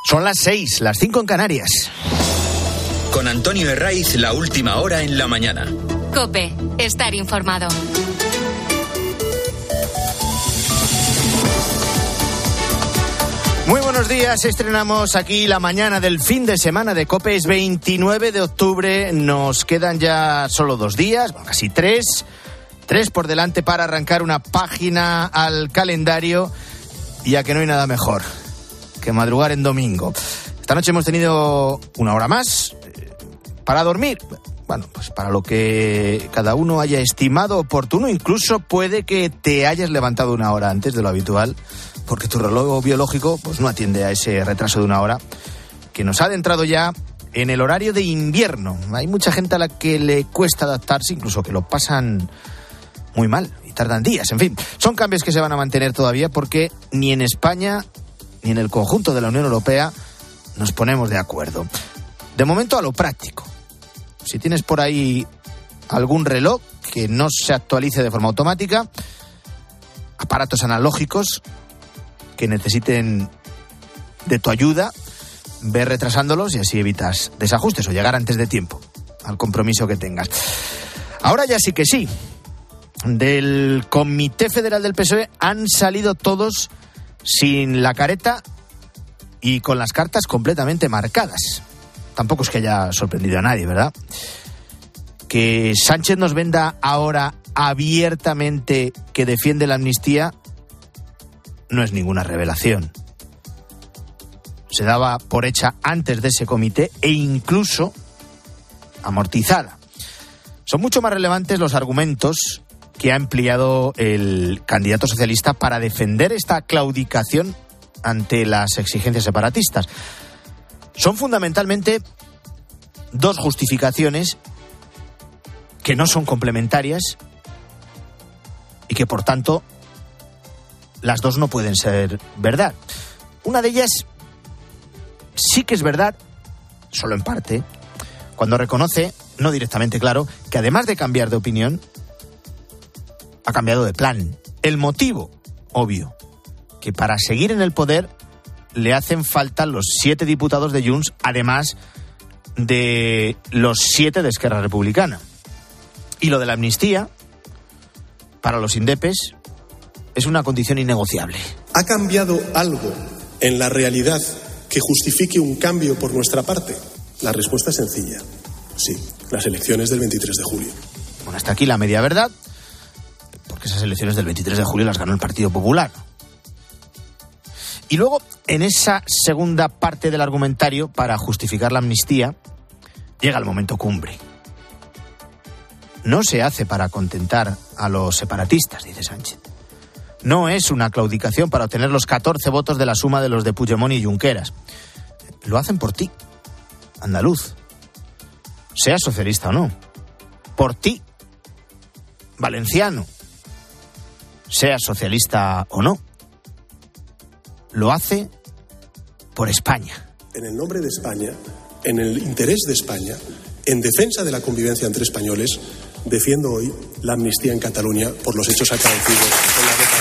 Son las 6, las 5 en Canarias. Con Antonio Herraiz, la última hora en la mañana. COPE, estar informado. Muy buenos días, estrenamos aquí la mañana del fin de semana de COPE. Es 29 de octubre, nos quedan ya solo 2 días, bueno, casi 3 por delante para arrancar una página al calendario, ya que no hay nada mejor que madrugar en domingo. Esta noche hemos tenido una hora más para dormir. Bueno, pues para lo que cada uno haya estimado oportuno, incluso puede que te hayas levantado una hora antes de lo habitual, porque tu reloj biológico pues no atiende a ese retraso de una hora que nos ha adentrado ya en el horario de invierno. Hay mucha gente a la que le cuesta adaptarse, incluso que lo pasan muy mal y tardan días. En fin, son cambios que se van a mantener todavía porque ni en España ni en el conjunto de la Unión Europea nos ponemos de acuerdo. De momento, a lo práctico. Si tienes por ahí algún reloj que no se actualice de forma automática, aparatos analógicos que necesiten de tu ayuda, ve retrasándolos y así evitas desajustes o llegar antes de tiempo al compromiso que tengas. Ahora ya sí que sí. Del Comité Federal del PSOE han salido todos sin la careta y con las cartas completamente marcadas. Tampoco es que haya sorprendido a nadie, ¿verdad? Que Sánchez nos venda ahora abiertamente que defiende la amnistía no es ninguna revelación. Se daba por hecha antes de ese comité e incluso amortizada. Son mucho más relevantes los argumentos que ha empleado el candidato socialista para defender esta claudicación ante las exigencias separatistas. Son fundamentalmente 2 justificaciones que no son complementarias y que, por tanto, las 2 no pueden ser verdad. Una de ellas sí que es verdad, solo en parte, cuando reconoce, no directamente claro, que además de cambiar de opinión, ha cambiado de plan. El motivo, obvio, que para seguir en el poder le hacen falta los 7 diputados de Junts, además de los 7 de Esquerra Republicana. Y lo de la amnistía, para los indepes, es una condición innegociable. ¿Ha cambiado algo en la realidad que justifique un cambio por nuestra parte? La respuesta es sencilla. Sí, las elecciones del 23 de julio. Bueno, hasta aquí la media verdad, porque esas elecciones del 23 de julio las ganó el Partido Popular. Y luego, en esa segunda parte del argumentario, para justificar la amnistía, llega el momento cumbre. No se hace para contentar a los separatistas, dice Sánchez. No es una claudicación para obtener los 14 votos de la suma de los de Puigdemont y Junqueras. Lo hacen por ti, andaluz, seas socialista o no. Por ti, valenciano, seas socialista o no. Lo hace por España. En el nombre de España, en el interés de España, en defensa de la convivencia entre españoles, defiendo hoy la amnistía en Cataluña por los hechos acaecidos en la década.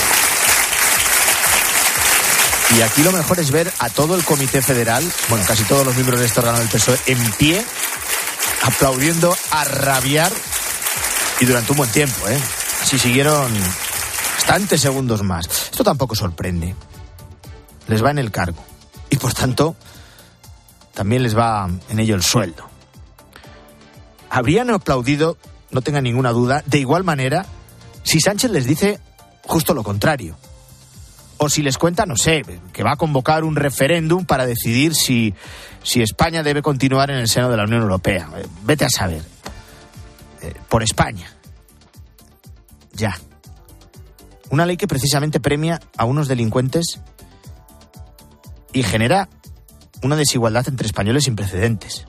Y aquí lo mejor es ver a todo el Comité Federal, bueno, casi todos los miembros de este órgano del PSOE, en pie, aplaudiendo a rabiar, y durante un buen tiempo, ¿eh? Así siguieron bastantes segundos más. Esto tampoco sorprende. Les va en el cargo. Y por tanto, también les va en ello el sueldo. Habrían aplaudido, no tengan ninguna duda, de igual manera, si Sánchez les dice justo lo contrario. O si les cuenta, no sé, que va a convocar un referéndum para decidir si España debe continuar en el seno de la Unión Europea. Vete a saber. Por España. Ya. Una ley que precisamente premia a unos delincuentes y genera una desigualdad entre españoles sin precedentes.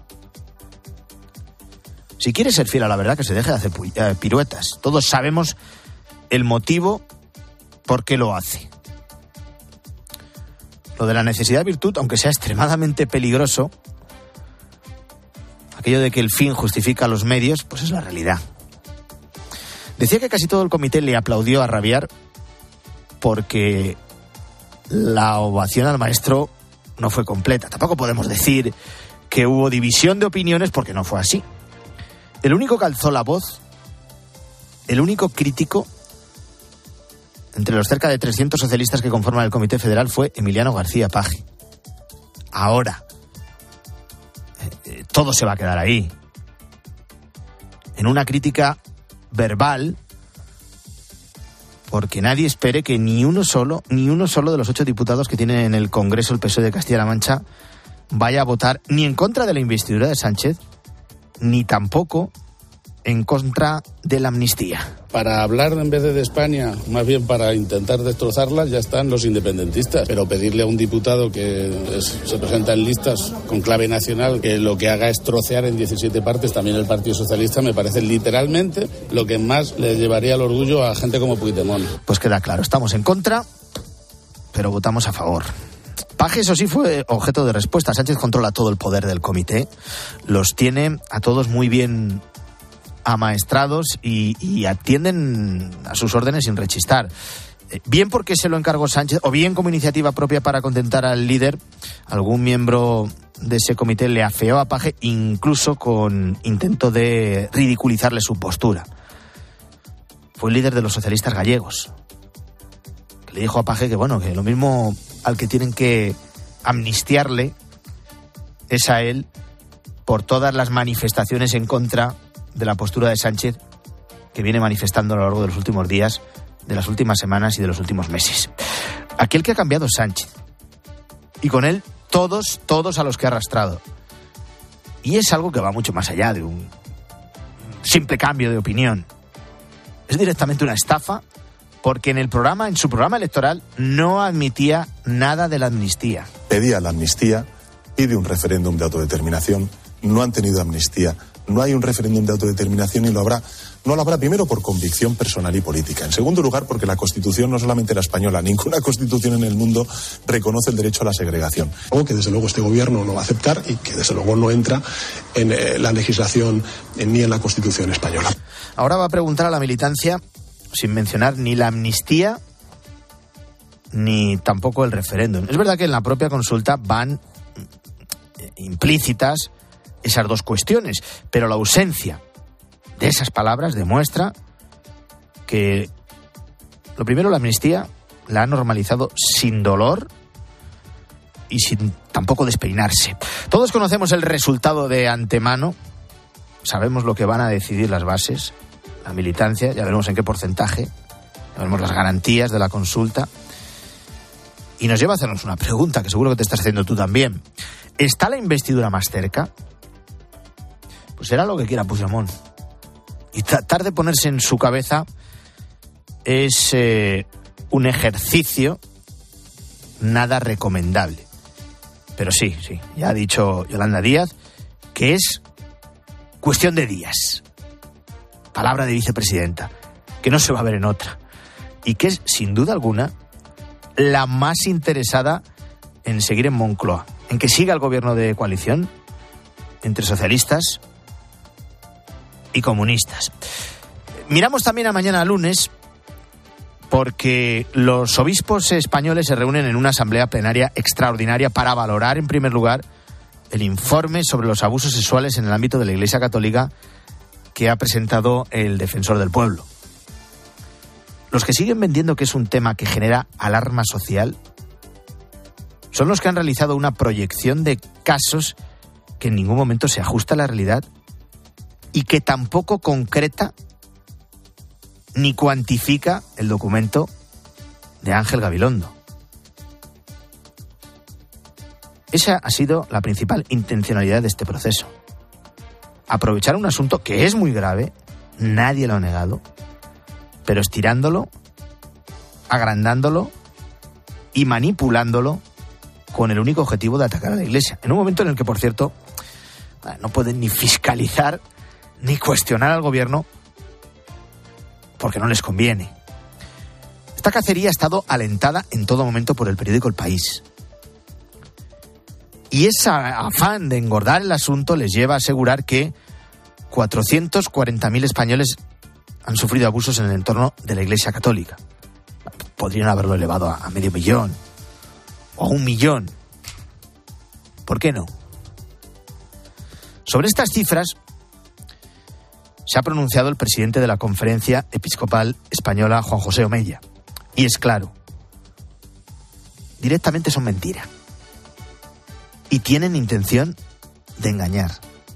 Si quiere ser fiel a la verdad, que se deje de hacer piruetas. Todos sabemos el motivo por qué lo hace. Lo de la necesidad de virtud, aunque sea extremadamente peligroso, aquello de que el fin justifica los medios, pues es la realidad. Decía que casi todo el comité le aplaudió a rabiar porque la ovación al maestro no fue completa. Tampoco podemos decir que hubo división de opiniones, porque no fue así. El único que alzó la voz, el único crítico entre los cerca de 300 socialistas que conforman el Comité Federal fue Emiliano García Paje. Ahora, todo se va a quedar ahí. En una crítica verbal, porque nadie espere que ni uno solo de los 8 diputados que tiene en el Congreso el PSOE de Castilla-La Mancha vaya a votar ni en contra de la investidura de Sánchez, ni tampoco en contra de la amnistía. Para hablar en vez de España, más bien para intentar destrozarla, ya están los independentistas. Pero pedirle a un diputado que se presenta en listas con clave nacional que lo que haga es trocear en 17 partes también el Partido Socialista, me parece literalmente lo que más le llevaría al orgullo a gente como Puigdemont. Pues queda claro, estamos en contra, pero votamos a favor. Paje, eso sí, fue objeto de respuesta. Sánchez controla todo el poder del comité, los tiene a todos muy bien amaestrados y atienden a sus órdenes sin rechistar. Bien porque se lo encargó Sánchez, o bien como iniciativa propia para contentar al líder, algún miembro de ese comité le afeó a Paje, incluso con intento de ridiculizarle su postura. Fue el líder de los socialistas gallegos, que le dijo a Paje que bueno, que lo mismo al que tienen que amnistiarle es a él por todas las manifestaciones en contra de la postura de Sánchez que viene manifestando a lo largo de los últimos días, de las últimas semanas y de los últimos meses. Aquí el que ha cambiado es Sánchez. Y con él todos a los que ha arrastrado. Y es algo que va mucho más allá de un simple cambio de opinión. Es directamente una estafa, porque en su programa electoral no admitía nada de la amnistía. Pedía la amnistía, pide un referéndum de autodeterminación, no han tenido amnistía. No hay un referéndum de autodeterminación y no lo habrá primero por convicción personal y política. En segundo lugar, porque la Constitución, no solamente la española, ninguna Constitución en el mundo reconoce el derecho a la segregación. Algo que desde luego este gobierno no va a aceptar y que desde luego no entra en la legislación ni en la Constitución española. Ahora va a preguntar a la militancia, sin mencionar ni la amnistía ni tampoco el referéndum. Es verdad que en la propia consulta van implícitas esas dos cuestiones, pero la ausencia de esas palabras demuestra que, lo primero, la amnistía la ha normalizado sin dolor y sin tampoco despeinarse. Todos conocemos el resultado de antemano, sabemos lo que van a decidir las bases, la militancia, ya veremos en qué porcentaje, ya veremos las garantías de la consulta, y nos lleva a hacernos una pregunta que seguro que te estás haciendo tú también. ¿Está la investidura más cerca? Pues será lo que quiera Puigdemont. Y tratar de ponerse en su cabeza es un ejercicio nada recomendable. Pero sí, ya ha dicho Yolanda Díaz que es cuestión de días. Palabra de vicepresidenta, que no se va a ver en otra. Y que es, sin duda alguna, la más interesada en seguir en Moncloa, en que siga el gobierno de coalición entre socialistas y comunistas. Miramos también a mañana lunes, porque los obispos españoles se reúnen en una asamblea plenaria extraordinaria para valorar, en primer lugar, el informe sobre los abusos sexuales en el ámbito de la Iglesia Católica que ha presentado el Defensor del Pueblo. Los que siguen vendiendo que es un tema que genera alarma social son los que han realizado una proyección de casos que en ningún momento se ajusta a la realidad y que tampoco concreta ni cuantifica el documento de Ángel Gabilondo. Esa ha sido la principal intencionalidad de este proceso. Aprovechar un asunto que es muy grave, nadie lo ha negado, pero estirándolo, agrandándolo y manipulándolo con el único objetivo de atacar a la Iglesia. En un momento en el que, por cierto, no pueden ni fiscalizar ni cuestionar al gobierno porque no les conviene. Esta cacería ha estado alentada en todo momento por el periódico El País. Y ese afán de engordar el asunto les lleva a asegurar que 440.000 españoles han sufrido abusos en el entorno de la Iglesia Católica. Podrían haberlo elevado a 500.000 o a 1 millón. ¿Por qué no? Sobre estas cifras se ha pronunciado el presidente de la Conferencia Episcopal Española, Juan José Omella. Y es claro, directamente son mentira. Y tienen intención de engañar.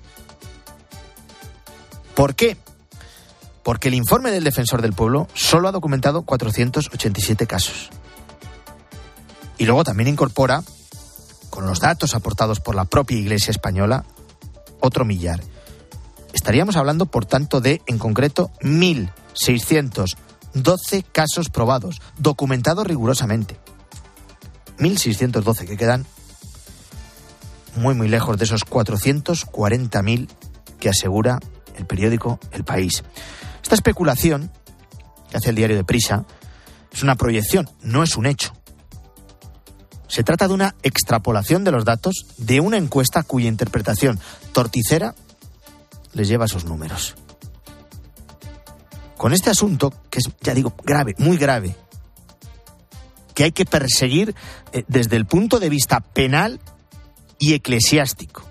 ¿Por qué? Porque el informe del Defensor del Pueblo solo ha documentado 487 casos. Y luego también incorpora, con los datos aportados por la propia Iglesia española, otro millar. Estaríamos hablando, por tanto, de, en concreto, 1.612 casos probados, documentados rigurosamente. 1.612, que quedan muy, muy lejos de esos 440.000 que asegura el periódico El País. Esta especulación que hace el diario Deprisa es una proyección, no es un hecho. Se trata de una extrapolación de los datos de una encuesta cuya interpretación torticera les lleva a esos números. Con este asunto, que es, ya digo, grave, muy grave, que hay que perseguir desde el punto de vista penal y eclesiástico,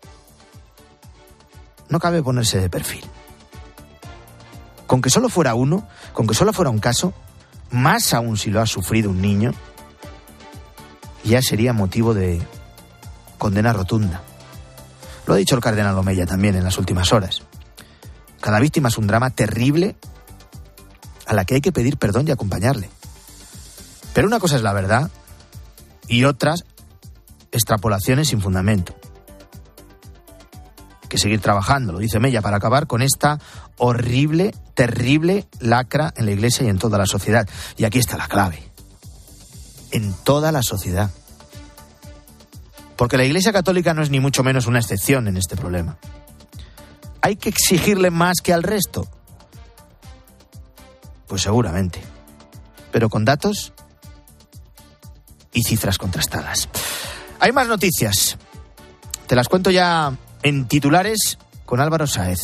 no cabe ponerse de perfil. Con que solo fuera uno, con que solo fuera un caso, más aún si lo ha sufrido un niño, ya sería motivo de condena rotunda. Lo ha dicho el cardenal Omella también en las últimas horas. Cada víctima es un drama terrible a la que hay que pedir perdón y acompañarle. Pero una cosa es la verdad y otras extrapolaciones sin fundamento. Hay que seguir trabajando, lo dice Omella, para acabar con esta horrible, terrible lacra en la Iglesia y en toda la sociedad. Y aquí está la clave. En toda la sociedad. Porque la Iglesia Católica no es ni mucho menos una excepción en este problema. ¿Hay que exigirle más que al resto? Pues seguramente. Pero con datos y cifras contrastadas. Hay más noticias. Te las cuento ya en titulares con Álvaro Sáez.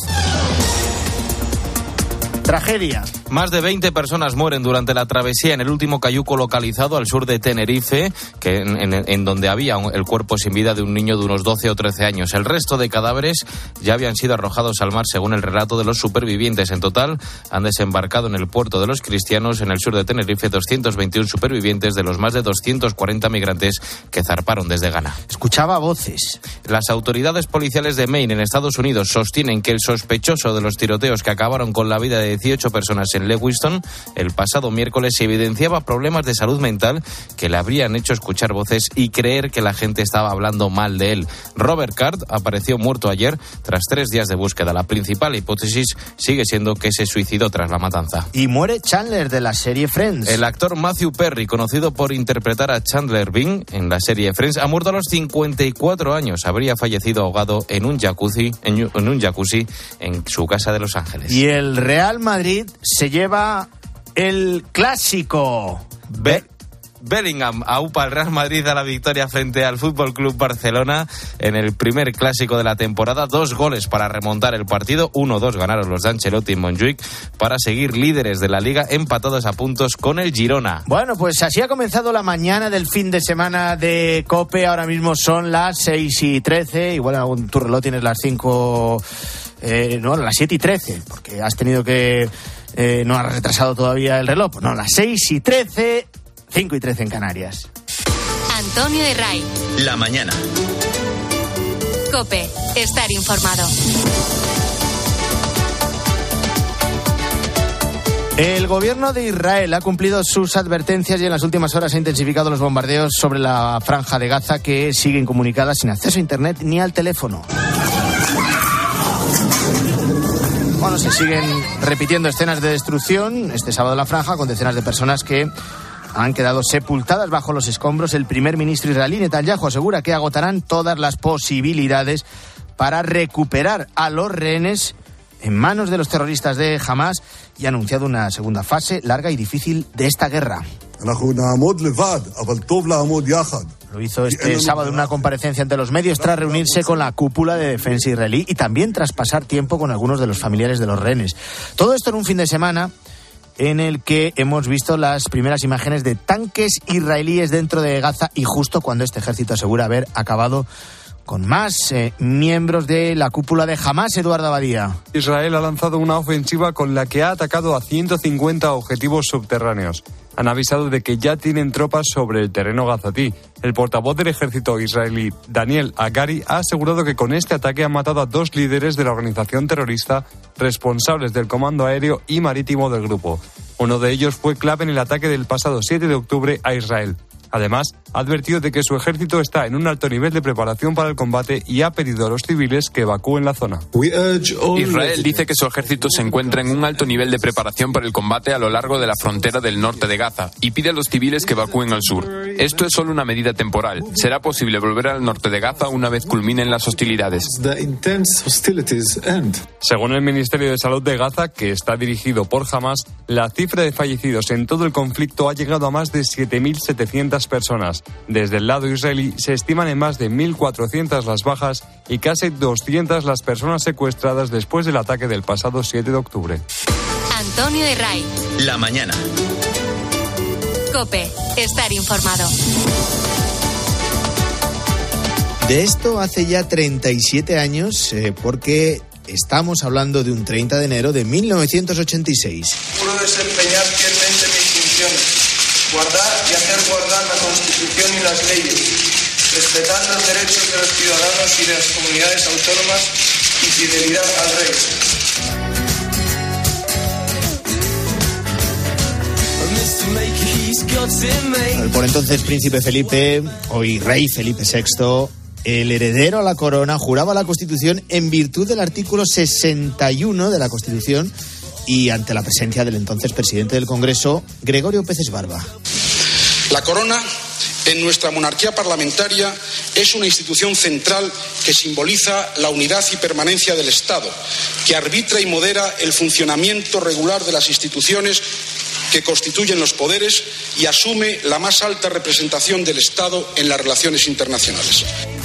Tragedia. Más de 20 personas mueren durante la travesía en el último cayuco localizado al sur de Tenerife, en donde había el cuerpo sin vida de un niño de unos 12 o 13 años. El resto de cadáveres ya habían sido arrojados al mar, según el relato de los supervivientes. En total, han desembarcado en el puerto de los Cristianos, en el sur de Tenerife, 221 supervivientes de los más de 240 migrantes que zarparon desde Ghana. Escuchaba voces. Las autoridades policiales de Maine, en Estados Unidos, sostienen que el sospechoso de los tiroteos que acabaron con la vida de 18 personas en Lewiston el pasado miércoles evidenciaba problemas de salud mental que le habrían hecho escuchar voces y creer que la gente estaba hablando mal de él. Robert Card apareció muerto ayer tras 3 días de búsqueda. La principal hipótesis sigue siendo que se suicidó tras la matanza. Y muere Chandler de la serie Friends. El actor Matthew Perry, conocido por interpretar a Chandler Bing en la serie Friends, ha muerto a los 54 años. Habría fallecido ahogado en un jacuzzi en su casa de Los Ángeles. Y el Real Madrid se lleva el clásico. Bellingham aupa al Real Madrid a la victoria frente al Fútbol Club Barcelona en el primer clásico de la temporada. 2 goles para remontar el partido. 1-2 ganaron los de Ancelotti en Montjuic para seguir líderes de la Liga, empatados a puntos con el Girona. Bueno, pues así ha comenzado la mañana del fin de semana de COPE. Ahora mismo son las 6:13. Igual en tu reloj tienes las 5... no, las 7:13, porque has tenido que... no has retrasado todavía el reloj. No, las 6:13, 5:13 en Canarias. Antonio de Ray. La mañana. COPE. Estar informado. El gobierno de Israel ha cumplido sus advertencias y en las últimas horas ha intensificado los bombardeos sobre la franja de Gaza, que sigue incomunicada, sin acceso a internet ni al teléfono. Bueno, se siguen repitiendo escenas de destrucción este sábado en la franja, con decenas de personas que han quedado sepultadas bajo los escombros. El primer ministro israelí, Netanyahu, asegura que agotarán todas las posibilidades para recuperar a los rehenes en manos de los terroristas de Hamas y ha anunciado una segunda fase larga y difícil de esta guerra. Lo hizo este sábado en una comparecencia ante los medios tras reunirse con la cúpula de defensa israelí y también tras pasar tiempo con algunos de los familiares de los rehenes. Todo esto en un fin de semana en el que hemos visto las primeras imágenes de tanques israelíes dentro de Gaza y justo cuando este ejército asegura haber acabado con más miembros de la cúpula de Hamás. Eduardo Abadía. Israel ha lanzado una ofensiva con la que ha atacado a 150 objetivos subterráneos. Han avisado de que ya tienen tropas sobre el terreno gazatí. El portavoz del ejército israelí, Daniel Hagari, ha asegurado que con este ataque han matado a 2 líderes de la organización terrorista responsables del comando aéreo y marítimo del grupo. Uno de ellos fue clave en el ataque del pasado 7 de octubre a Israel. Además, ha advertido de que su ejército está en un alto nivel de preparación para el combate y ha pedido a los civiles que evacúen la zona. Israel dice que su ejército se encuentra en un alto nivel de preparación para el combate a lo largo de la frontera del norte de Gaza y pide a los civiles que evacúen al sur. Esto es solo una medida temporal. Será posible volver al norte de Gaza una vez culminen las hostilidades. Según el Ministerio de Salud de Gaza, que está dirigido por Hamás, la cifra de fallecidos en todo el conflicto ha llegado a más de 7.700 personas. Desde el lado israelí se estiman en más de 1.400 las bajas y casi 200 las personas secuestradas después del ataque del pasado 7 de octubre. Antonio de Ray. La mañana. COPE. Estar informado. De esto hace ya 37 años, porque estamos hablando de un 30 de enero de 1986. Juro desempeñar fielmente mis funciones. Guardar y hacer guardar la Constitución y las leyes, respetar los derechos de los ciudadanos y de las comunidades autónomas y fidelidad al rey. El por entonces príncipe Felipe, hoy rey Felipe VI, el heredero a la corona, juraba la Constitución en virtud del artículo 61 de la Constitución y ante la presencia del entonces presidente del Congreso, Gregorio Peces Barba. La corona, en nuestra monarquía parlamentaria, es una institución central que simboliza la unidad y permanencia del Estado, que arbitra y modera el funcionamiento regular de las instituciones que constituyen los poderes y asume la más alta representación del Estado en las relaciones internacionales.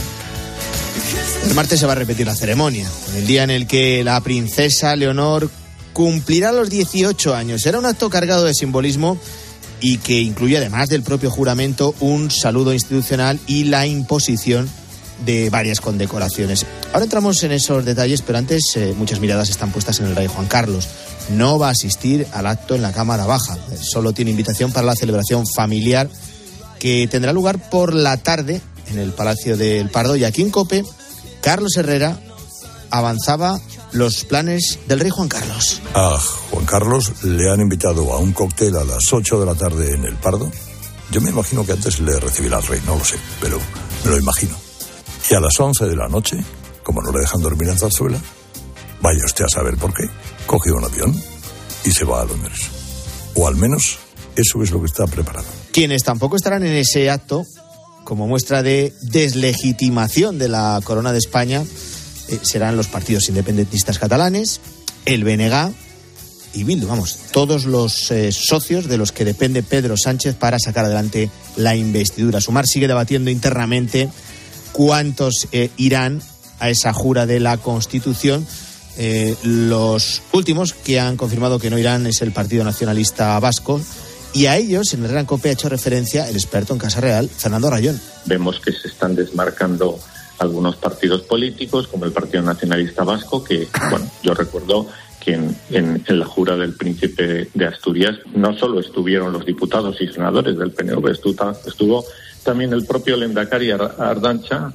El martes se va a repetir la ceremonia, el día en el que la princesa Leonor cumplirá los 18 años. Será un acto cargado de simbolismo y que incluye, además del propio juramento, un saludo institucional y la imposición de varias condecoraciones. Ahora entramos en esos detalles, pero antes muchas miradas están puestas en el rey Juan Carlos. No va a asistir al acto en la Cámara Baja. Solo tiene invitación para la celebración familiar que tendrá lugar por la tarde en el Palacio del Pardo. Y aquí en COPE, Carlos Herrera avanzaba los planes del rey Juan Carlos. A Juan Carlos le han invitado a un cóctel a las 8 de la tarde en el Pardo. Yo me imagino que antes le recibirá al rey, no lo sé, pero me lo imagino. Y a las 11 de la noche, como no le dejan dormir en Zarzuela, vaya usted a saber por qué, coge un avión y se va a Londres. O al menos eso es lo que está preparado. Quienes tampoco estarán en ese acto, como muestra de deslegitimación de la corona de España, serán los partidos independentistas catalanes, el BNG y Bildu, todos los socios de los que depende Pedro Sánchez para sacar adelante la investidura. Sumar sigue debatiendo internamente cuántos irán a esa jura de la Constitución. Los últimos que han confirmado que no irán es el Partido Nacionalista Vasco, y a ellos en el Gran COPE ha hecho referencia el experto en Casa Real, Fernando Rayón. Vemos que se están desmarcando algunos partidos políticos, como el Partido Nacionalista Vasco, que, yo recuerdo que en la jura del Príncipe de Asturias no solo estuvieron los diputados y senadores del PNV, estuvo también el propio Lehendakari Ardancha,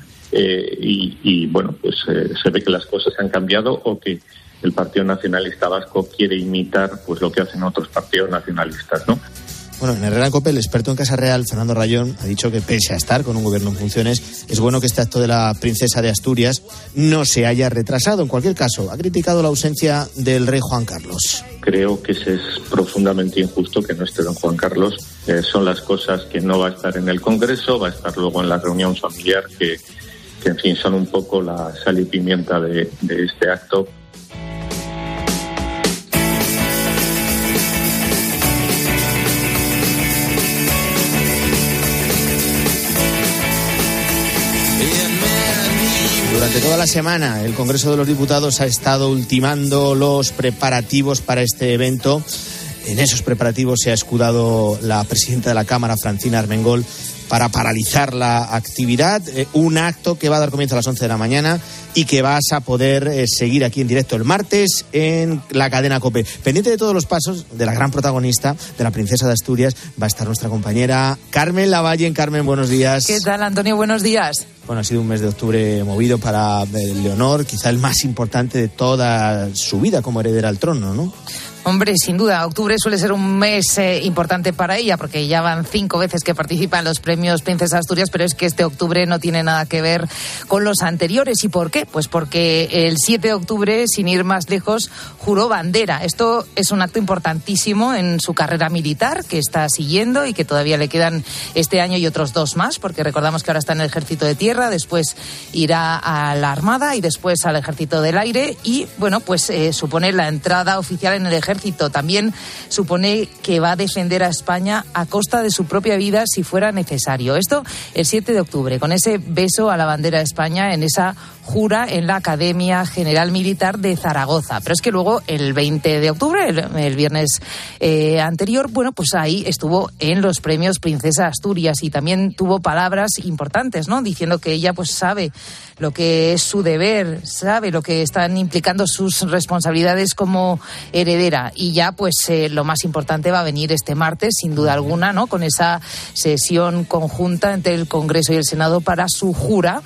se ve que las cosas han cambiado, o que el Partido Nacionalista Vasco quiere imitar lo que hacen otros partidos nacionalistas, ¿no? Bueno, en el Gran COPE, el experto en Casa Real, Fernando Rayón, ha dicho que pese a estar con un gobierno en funciones, es bueno que este acto de la princesa de Asturias no se haya retrasado. En cualquier caso, ha criticado la ausencia del rey Juan Carlos. Creo que es profundamente injusto que no esté don Juan Carlos. Son las cosas que no va a estar en el Congreso, va a estar luego en la reunión familiar, que en fin, son un poco la sal y pimienta de este acto. Durante toda la semana, el Congreso de los Diputados ha estado ultimando los preparativos para este evento. En esos preparativos se ha escudado la presidenta de la Cámara, Francina Armengol, para paralizar la actividad. Un acto que va a dar comienzo a las 11 de la mañana y que vas a poder seguir aquí en directo el martes en la cadena COPE. Pendiente de todos los pasos de la gran protagonista, de la princesa de Asturias, va a estar nuestra compañera Carmen Lavalle. Carmen, buenos días. ¿Qué tal, Antonio? Buenos días. Bueno, ha sido un mes de octubre movido para Leonor, quizá el más importante de toda su vida como heredera al trono, ¿no? Hombre, sin duda, octubre suele ser un mes importante para ella, porque ya van 5 veces que participa en los premios Princesa Asturias, pero es que este octubre no tiene nada que ver con los anteriores. ¿Y por qué? Pues porque el 7 de octubre, sin ir más lejos, juró bandera. Esto es un acto importantísimo en su carrera militar, que está siguiendo y que todavía le quedan este año y otros 2 más, porque recordamos que ahora está en el Ejército de Tierra, después irá a la Armada y después al Ejército del Aire y, bueno, pues supone la entrada oficial en el Ejército. También supone que va a defender a España a costa de su propia vida si fuera necesario. Esto el 7 de octubre, con ese beso a la bandera de España en esa jura en la Academia General Militar de Zaragoza. Pero es que luego el 20 de octubre, el viernes anterior, bueno, pues ahí estuvo en los premios Princesa Asturias y también tuvo palabras importantes, ¿no? Diciendo que ella pues sabe lo que es su deber, sabe lo que están implicando sus responsabilidades como heredera. Y ya pues lo más importante va a venir este martes, sin duda alguna, ¿no? Con esa sesión conjunta entre el Congreso y el Senado para su jura.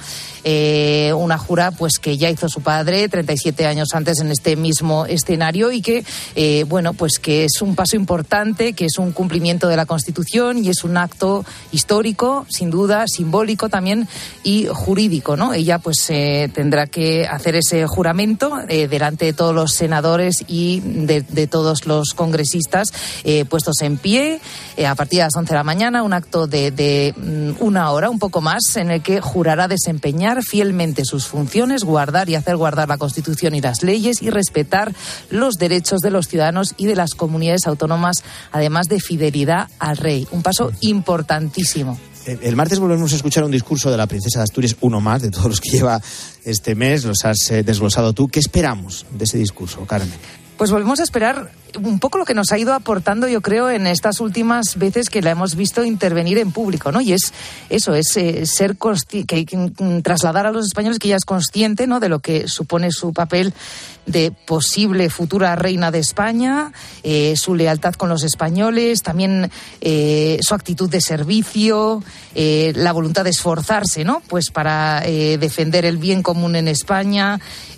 Una jura pues que ya hizo su padre 37 años antes en este mismo escenario y que bueno, pues que es un paso importante, que es un cumplimiento de la Constitución y es un acto histórico, sin duda, simbólico también y jurídico, ¿no? Ella pues tendrá que hacer ese juramento delante de todos los senadores y de todos los congresistas puestos en pie a partir de las 11 de la mañana, un acto de 1 hora, un poco más, en el que jurará desempeñar fielmente sus funciones, guardar y hacer guardar la Constitución y las leyes y respetar los derechos de los ciudadanos y de las comunidades autónomas, además de fidelidad al rey. Un paso importantísimo. El martes volvemos a escuchar un discurso de la princesa de Asturias, uno más de todos los que lleva este mes, los has desglosado tú. ¿Qué esperamos de ese discurso, Carmen? Pues volvemos a esperar un poco lo que nos ha ido aportando, yo creo, en estas últimas veces que la hemos visto intervenir en público, ¿no? Y es eso, es ser trasladar a los españoles que ella es consciente, ¿no?, de lo que supone su papel de posible futura reina de España, su lealtad con los españoles, también su actitud de servicio, la voluntad de esforzarse, ¿no?, pues para defender el bien común en España,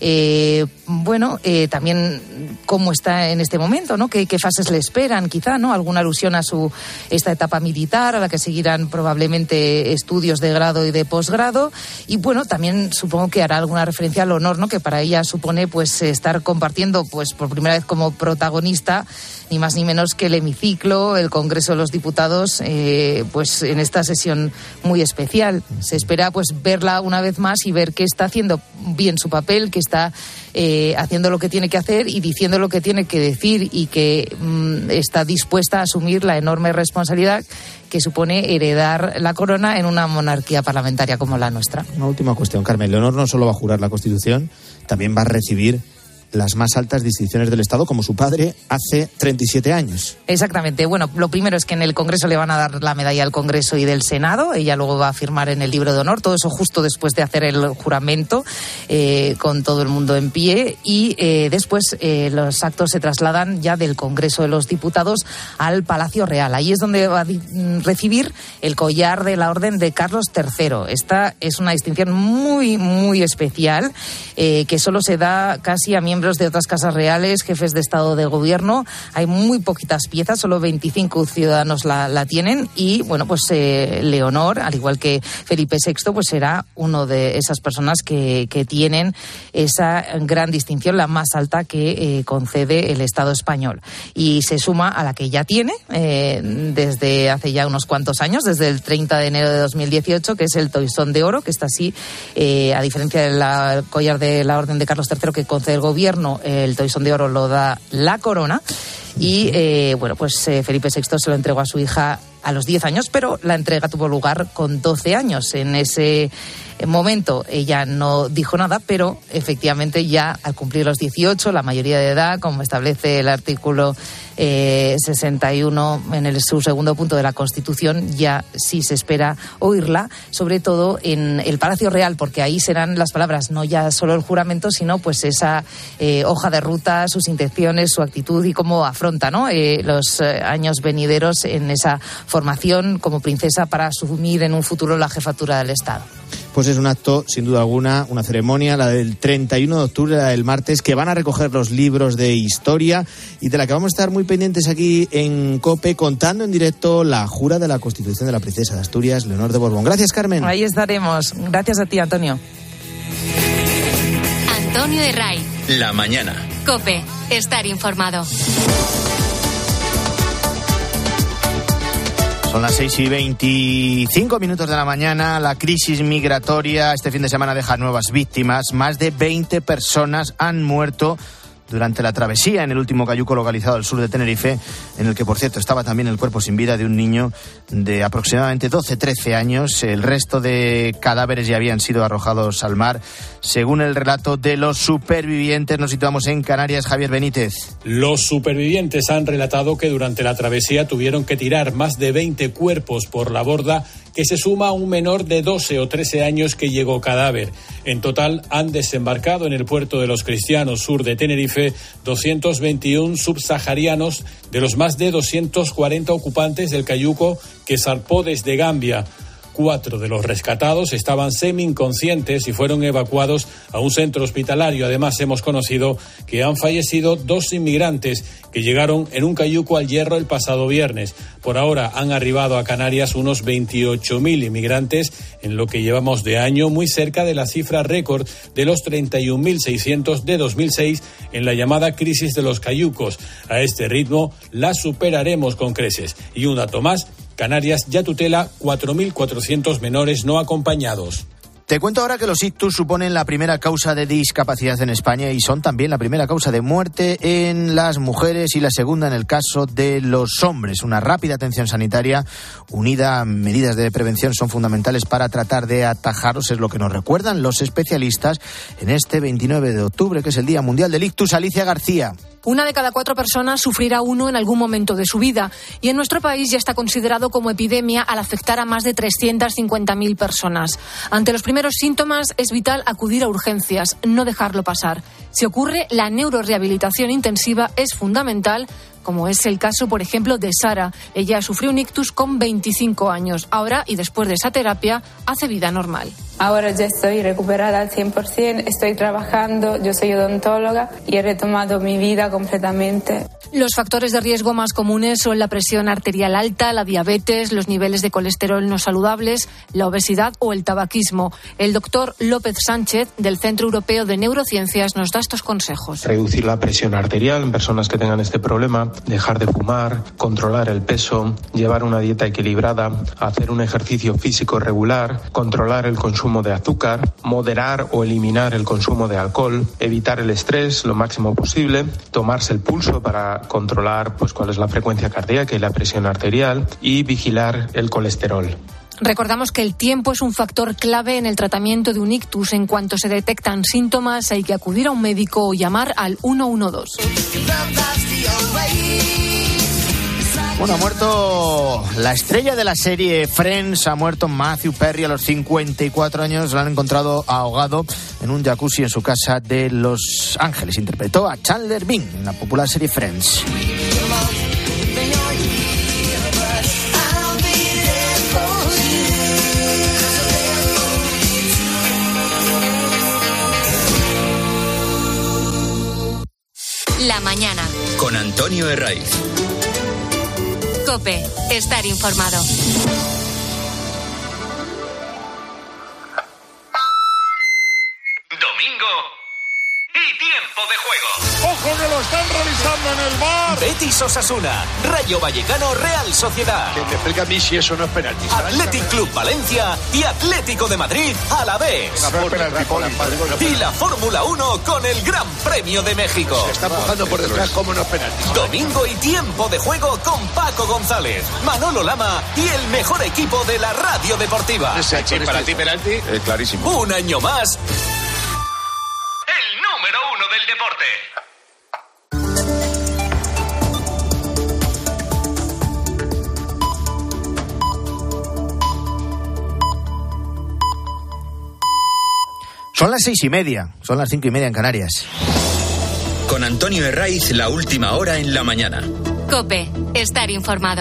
bueno, también cómo está en este momento, ¿no? ¿Qué fases le esperan, quizá, ¿no? Alguna alusión a esta etapa militar, a la que seguirán probablemente estudios de grado y de posgrado. Y bueno, también supongo que hará alguna referencia al honor, ¿no?, que para ella supone pues estar compartiendo pues por primera vez como protagonista ni más ni menos que el hemiciclo, el Congreso de los Diputados, pues en esta sesión muy especial. Se espera pues verla una vez más y ver que está haciendo bien su papel, que está haciendo lo que tiene que hacer y diciendo lo que tiene que decir y que está dispuesta a asumir la enorme responsabilidad que supone heredar la corona en una monarquía parlamentaria como la nuestra. Una última cuestión, Carmen. Leonor no solo va a jurar la Constitución, también va a recibir las más altas distinciones del Estado, como su padre hace 37 años. Exactamente. Bueno, lo primero es que en el Congreso le van a dar la medalla al Congreso y del Senado. Ella luego va a firmar en el libro de honor. Todo eso justo después de hacer el juramento, con todo el mundo en pie. Y después los actos se trasladan ya del Congreso de los Diputados al Palacio Real. Ahí es donde va a recibir el collar de la Orden de Carlos III. Esta es una distinción muy, muy especial, que solo se da casi a miembros de otras casas reales, jefes de Estado, de Gobierno. Hay muy poquitas piezas, solo 25 ciudadanos la tienen y, bueno, pues Leonor, al igual que Felipe VI, pues será uno de esas personas que tienen esa gran distinción, la más alta que concede el Estado español. Y se suma a la que ya tiene desde hace ya unos cuantos años, desde el 30 de enero de 2018, que es el Toisón de Oro, que está así, a diferencia del collar de la Orden de Carlos III que concede el Gobierno, el Toisón de Oro lo da la corona y bueno, pues Felipe VI se lo entregó a su hija a los 10 años, pero la entrega tuvo lugar con 12 años. En ese momento ella no dijo nada, pero efectivamente ya al cumplir los 18, la mayoría de edad, como establece el artículo 61 en su segundo punto de la Constitución, ya sí se espera oírla, sobre todo en el Palacio Real, porque ahí serán las palabras, no ya solo el juramento, sino pues esa hoja de ruta, sus intenciones, su actitud y cómo afronta, ¿no?, los años venideros en esa formación como princesa para asumir en un futuro la jefatura del Estado. Pues es un acto, sin duda alguna, una ceremonia, la del 31 de octubre, la del martes, que van a recoger los libros de historia y de la que vamos a estar muy pendientes aquí en COPE, contando en directo la jura de la Constitución de la princesa de Asturias, Leonor de Borbón. Gracias, Carmen. Ahí estaremos. Gracias a ti, Antonio. Antonio Herray. La mañana. COPE. Estar informado. Son las 6:25 de la mañana. La crisis migratoria este fin de semana deja nuevas víctimas. Más de 20 personas han muerto durante la travesía en el último cayuco localizado al sur de Tenerife, en el que, por cierto, estaba también el cuerpo sin vida de un niño de aproximadamente 12-13 años. El resto de cadáveres ya habían sido arrojados al mar. Según el relato de los supervivientes, nos situamos en Canarias. Javier Benítez. Los supervivientes han relatado que durante la travesía tuvieron que tirar más de 20 cuerpos por la borda, que se suma a un menor de 12 o 13 años que llegó cadáver. En total han desembarcado en el puerto de Los Cristianos, sur de Tenerife, 221 subsaharianos de los más de 240 ocupantes del cayuco que zarpó desde Gambia. 4 de los rescatados estaban semi-inconscientes y fueron evacuados a un centro hospitalario. Además, hemos conocido que han fallecido 2 inmigrantes que llegaron en un cayuco al Hierro el pasado viernes. Por ahora han arribado a Canarias unos 28.000 inmigrantes en lo que llevamos de año, muy cerca de la cifra récord de los 31.600 de 2006 en la llamada crisis de los cayucos. A este ritmo la superaremos con creces. Y un dato más: Canarias ya tutela 4.400 menores no acompañados. Te cuento ahora que los ictus suponen la primera causa de discapacidad en España y son también la primera causa de muerte en las mujeres y la segunda en el caso de los hombres. Una rápida atención sanitaria unida a medidas de prevención son fundamentales para tratar de atajarlos, es lo que nos recuerdan los especialistas en este 29 de octubre, que es el Día Mundial del Ictus. Alicia García. 1 de cada 4 personas sufrirá uno en algún momento de su vida y en nuestro país ya está considerado como epidemia al afectar a más de 350.000 personas. Ante los primeros síntomas es vital acudir a urgencias, no dejarlo pasar. Si ocurre, la neurorehabilitación intensiva es fundamental, como es el caso, por ejemplo, de Sara. Ella sufrió un ictus con 25 años. Ahora, y después de esa terapia, hace vida normal. Ahora ya estoy recuperada al 100%, estoy trabajando, yo soy odontóloga y he retomado mi vida completamente. Los factores de riesgo más comunes son la presión arterial alta, la diabetes, los niveles de colesterol no saludables, la obesidad o el tabaquismo. El doctor López Sánchez, del Centro Europeo de Neurociencias, nos da estos consejos. Reducir la presión arterial en personas que tengan este problema, dejar de fumar, controlar el peso, llevar una dieta equilibrada, hacer un ejercicio físico regular, controlar el consumo de azúcar, moderar o eliminar el consumo de alcohol, evitar el estrés lo máximo posible, tomarse el pulso para controlar cuál es la frecuencia cardíaca y la presión arterial y vigilar el colesterol. Recordamos que el tiempo es un factor clave en el tratamiento de un ictus. En cuanto se detectan síntomas, hay que acudir a un médico o llamar al 112. Bueno, ha muerto la estrella de la serie Friends, ha muerto Matthew Perry a los 54 años. Lo han encontrado ahogado en un jacuzzi en su casa de Los Ángeles. Interpretó a Chandler Bing en la popular serie Friends. La mañana. Con Antonio Herray. COPE. Estar informado. Domingo y tiempo. de juego. ¡Ojo que lo están revisando en el VAR! Betis Osasuna, Rayo Vallecano Real Sociedad. Que me explica a mí si eso no es penalti. Athletic Club Valencia y Atlético de Madrid a la vez. Y la Fórmula 1 con el Gran Premio de México. Se está empujando por detrás, ¿cómo no es penalti? Domingo y tiempo de juego con Paco González, Manolo Lama y el mejor equipo de la radio deportiva. Para ti penalti, clarísimo. Un año más, el número 1 del deporte. Son las 6:30, son las 5:30 en Canarias. Con Antonio Herraiz, la última hora en la mañana. COPE, estar informado.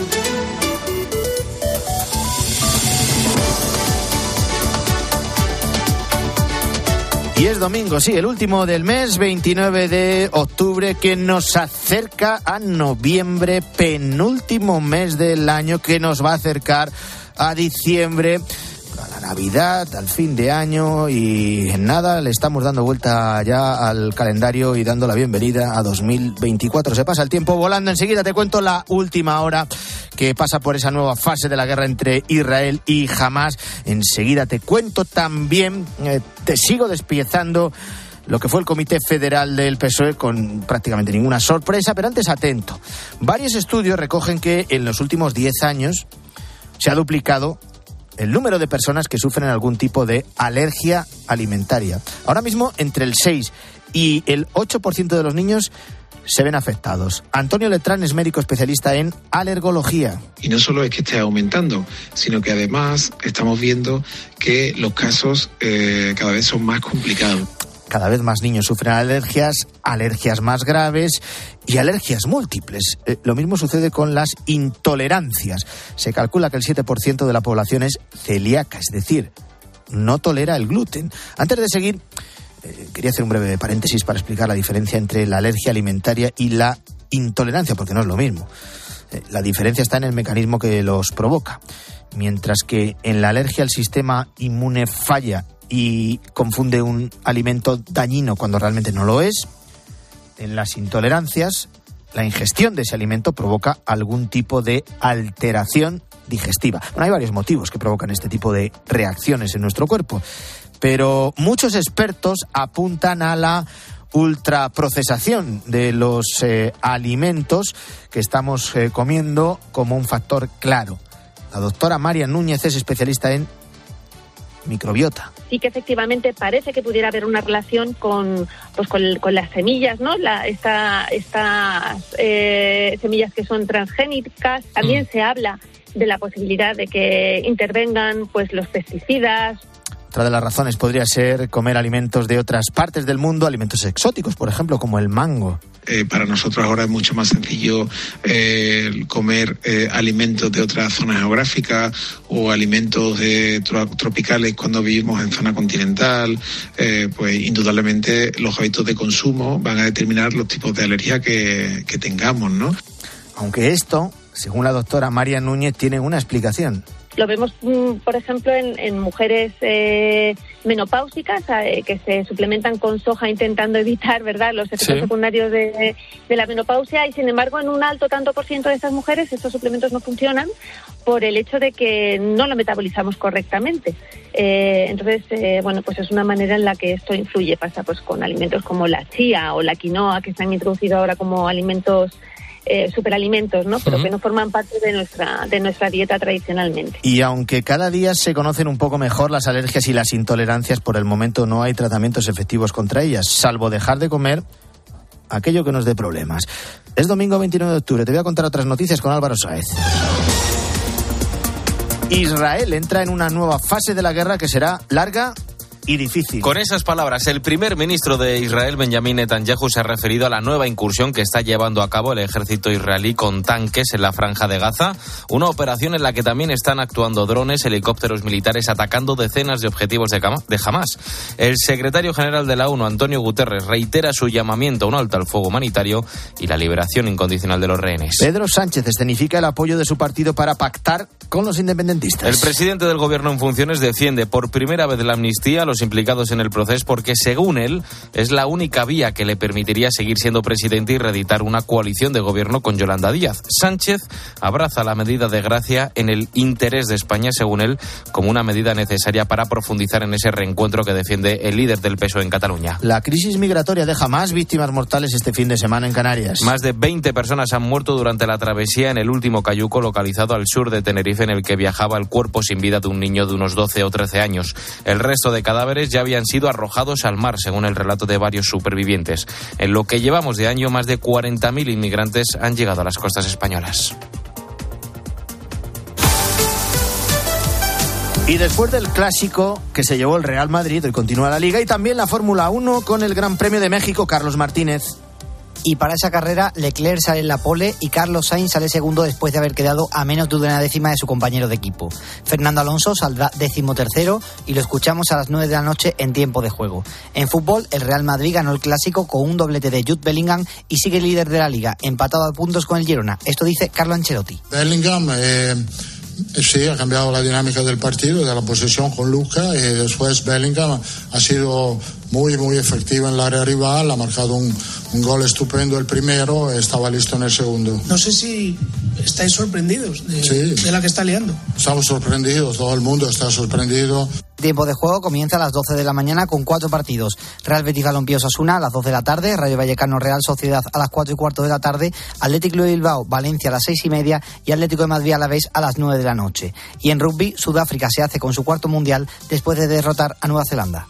Y es domingo, sí, el último del mes, 29 de octubre, que nos acerca a noviembre, penúltimo mes del año, que nos va a acercar a diciembre, a la Navidad, al fin de año, y en nada le estamos dando vuelta ya al calendario y dando la bienvenida a 2024. Se pasa el tiempo volando. Enseguida te cuento la última hora que pasa por esa nueva fase de la guerra entre Israel y Hamás. Enseguida te cuento también, te sigo despiezando lo que fue el Comité Federal del PSOE con prácticamente ninguna sorpresa, pero antes atento. Varios estudios recogen que en los últimos 10 años se ha duplicado el número de personas que sufren algún tipo de alergia alimentaria. Ahora mismo entre el 6 y el 8% de los niños se ven afectados. Antonio Letrán es médico especialista en alergología. Y no solo es que esté aumentando, sino que además estamos viendo que los casos cada vez son más complicados. Cada vez más niños sufren alergias más graves y alergias múltiples. Lo mismo sucede con las intolerancias. Se calcula que el 7% de la población es celíaca, es decir, no tolera el gluten. Antes de seguir, quería hacer un breve paréntesis para explicar la diferencia entre la alergia alimentaria y la intolerancia, porque no es lo mismo. La diferencia está en el mecanismo que los provoca. Mientras que en la alergia el sistema inmune falla y confunde un alimento dañino cuando realmente no lo es, en las intolerancias la ingestión de ese alimento provoca algún tipo de alteración digestiva. Bueno, hay varios motivos que provocan este tipo de reacciones en nuestro cuerpo, pero muchos expertos apuntan a la ultraprocesación de los alimentos que estamos comiendo como un factor claro. La doctora María Núñez es especialista en microbiota. Sí que efectivamente parece que pudiera haber una relación con las semillas, ¿no? Estas semillas que son transgénicas. También se habla de la posibilidad de que intervengan pues los pesticidas. Otra de las razones podría ser comer alimentos de otras partes del mundo, alimentos exóticos, por ejemplo, como el mango. Para nosotros ahora es mucho más sencillo comer alimentos de otras zonas geográficas o alimentos tropicales cuando vivimos en zona continental. Pues indudablemente los hábitos de consumo van a determinar los tipos de alergia que tengamos, ¿no? Aunque esto, según la doctora María Núñez, tiene una explicación. Lo vemos, por ejemplo, en mujeres menopáusicas que se suplementan con soja intentando evitar, ¿verdad?, los efectos secundarios de la menopausia, y sin embargo en un alto tanto por ciento de estas mujeres estos suplementos no funcionan por el hecho de que no lo metabolizamos correctamente. Entonces, bueno, pues es una manera en la que esto influye. Pasa pues con alimentos como la chía o la quinoa, que se han introducido ahora como alimentos superalimentos, ¿no? Pero que no forman parte de nuestra dieta tradicionalmente. Y aunque cada día se conocen un poco mejor las alergias y las intolerancias, por el momento no hay tratamientos efectivos contra ellas, salvo dejar de comer aquello que nos dé problemas. Es domingo 29 de octubre, te voy a contar otras noticias con Álvaro Sáez. Israel entra en una nueva fase de la guerra que será larga y difícil. Con esas palabras, el primer ministro de Israel, Benjamin Netanyahu, se ha referido a la nueva incursión que está llevando a cabo el ejército israelí con tanques en la franja de Gaza, una operación en la que también están actuando drones, helicópteros militares atacando decenas de objetivos de Hamás. El secretario general de la ONU, Antonio Guterres, reitera su llamamiento a un alto al fuego humanitario y la liberación incondicional de los rehenes. Pedro Sánchez escenifica el apoyo de su partido para pactar con los independentistas. El presidente del gobierno en funciones defiende por primera vez la amnistía a los implicados en el proceso porque, según él, es la única vía que le permitiría seguir siendo presidente y reeditar una coalición de gobierno con Yolanda Díaz. Sánchez abraza la medida de gracia en el interés de España, según él, como una medida necesaria para profundizar en ese reencuentro que defiende el líder del PSOE en Cataluña. La crisis migratoria deja más víctimas mortales este fin de semana en Canarias. Más de 20 personas han muerto durante la travesía en el último cayuco localizado al sur de Tenerife, en el que viajaba el cuerpo sin vida de un niño de unos 12 o 13 años. El resto de cadáveres ya habían sido arrojados al mar, según el relato de varios supervivientes. En lo que llevamos de año, más de 40.000 inmigrantes han llegado a las costas españolas. Y después del clásico que se llevó el Real Madrid, hoy continúa la Liga y también la Fórmula 1 con el Gran Premio de México. Carlos Martínez. Y para esa carrera, Leclerc sale en la pole y Carlos Sainz sale segundo después de haber quedado a menos de una décima de su compañero de equipo. Fernando Alonso saldrá 13º y lo escuchamos a las 9 de la noche en tiempo de juego. En fútbol, el Real Madrid ganó el clásico con un doblete de Jude Bellingham y sigue líder de la Liga, empatado a puntos con el Girona. Esto dice Carlo Ancelotti. Bellingham sí, ha cambiado la dinámica del partido, de la posesión con Luka, y después Bellingham ha sido muy efectivo en el área rival, ha marcado un gol estupendo el primero, estaba listo en el segundo. No sé si estáis sorprendidos de la que está liando. Estamos sorprendidos, todo el mundo está sorprendido. Tiempo de juego comienza a las 12 de la mañana con 4 partidos. Real Betis Balompié Osasuna a las 12 de la tarde, Rayo Vallecano Real Sociedad a las 4:15 de la tarde, Athletic Club de Bilbao Valencia a las 6:30 y Atlético de Madrid Alavés a las 9 de la noche. Y en rugby, Sudáfrica se hace con su cuarto mundial después de derrotar a Nueva Zelanda.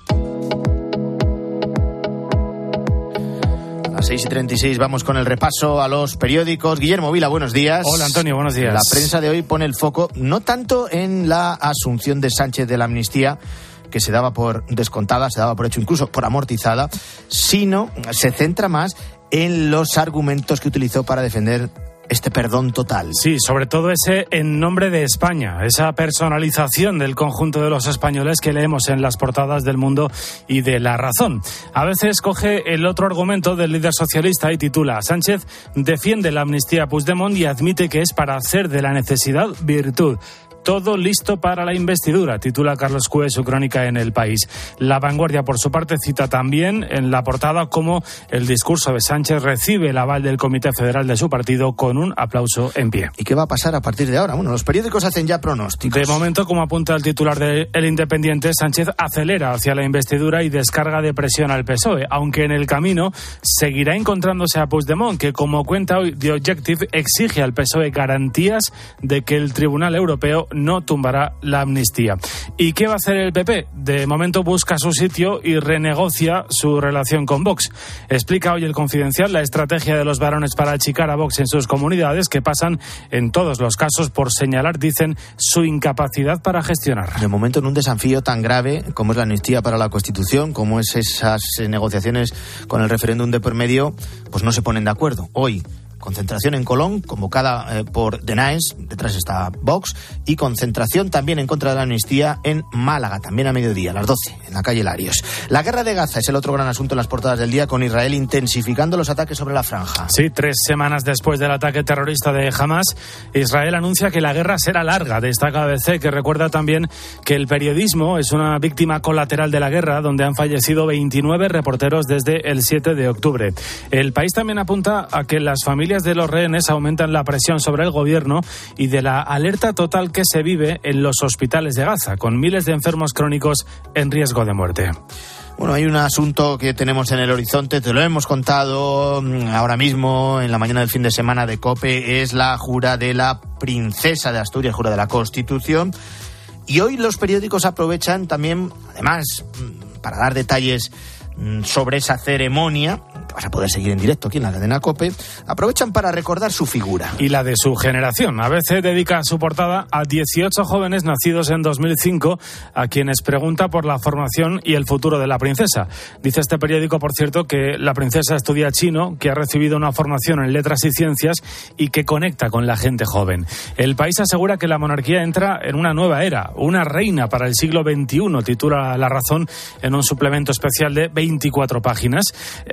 A las 6:36 vamos con el repaso a los periódicos. Guillermo Vila, buenos días. Hola, Antonio, buenos días. La prensa de hoy pone el foco no tanto en la asunción de Sánchez de la amnistía, que se daba por descontada, se daba por hecho, incluso por amortizada, sino se centra más en los argumentos que utilizó para defender este perdón total. Sí, sobre todo ese en nombre de España, esa personalización del conjunto de los españoles que leemos en las portadas del Mundo y de La Razón. A veces coge el otro argumento del líder socialista y titula: Sánchez defiende la amnistía a Puigdemont y admite que es para hacer de la necesidad virtud. Todo listo para la investidura, titula Carlos Cue su crónica en El País. La Vanguardia, por su parte, cita también en la portada cómo el discurso de Sánchez recibe el aval del Comité Federal de su partido con un aplauso en pie. ¿Y qué va a pasar a partir de ahora? Bueno, los periódicos hacen ya pronósticos. De momento, como apunta el titular de El Independiente, Sánchez acelera hacia la investidura y descarga de presión al PSOE, aunque en el camino seguirá encontrándose a Puigdemont, que, como cuenta hoy The Objective, exige al PSOE garantías de que el Tribunal Europeo no tumbará la amnistía. ¿Y qué va a hacer el PP? De momento busca su sitio y renegocia su relación con Vox. Explica hoy El Confidencial la estrategia de los varones para achicar a Vox en sus comunidades, que pasan en todos los casos por señalar, dicen, su incapacidad para gestionar. De momento, en un desafío tan grave como es la amnistía para la Constitución, como es esas negociaciones con el referéndum de por medio, pues no se ponen de acuerdo. Hoy, concentración en Colón, convocada por Denaes, detrás está Vox, y concentración también en contra de la amnistía en Málaga, también a mediodía, a las 12, en la calle Larios. La guerra de Gaza es el otro gran asunto en las portadas del día, con Israel intensificando los ataques sobre la franja. Sí, 3 semanas después del ataque terrorista de Hamas, Israel anuncia que la guerra será larga. Destaca ABC, que recuerda también que el periodismo es una víctima colateral de la guerra, donde han fallecido 29 reporteros desde el 7 de octubre. El País también apunta a que las familias de los rehenes aumentan la presión sobre el gobierno y de la alerta total que se vive en los hospitales de Gaza, con miles de enfermos crónicos en riesgo de muerte. Bueno, hay un asunto que tenemos en el horizonte, te lo hemos contado ahora mismo en la mañana del fin de semana de COPE, es la jura de la princesa de Asturias, jura de la Constitución. Y hoy los periódicos aprovechan también, además, para dar detalles sobre esa ceremonia, que vas a poder seguir en directo aquí en la cadena COPE, aprovechan para recordar su figura. Y la de su generación. ABC dedica su portada a 18 jóvenes nacidos en 2005, a quienes pregunta por la formación y el futuro de la princesa. Dice este periódico, por cierto, que la princesa estudia chino, que ha recibido una formación en letras y ciencias y que conecta con la gente joven. El País asegura que la monarquía entra en una nueva era, una reina para el siglo XXI, titula La Razón en un suplemento especial de 24 páginas. En El Mundo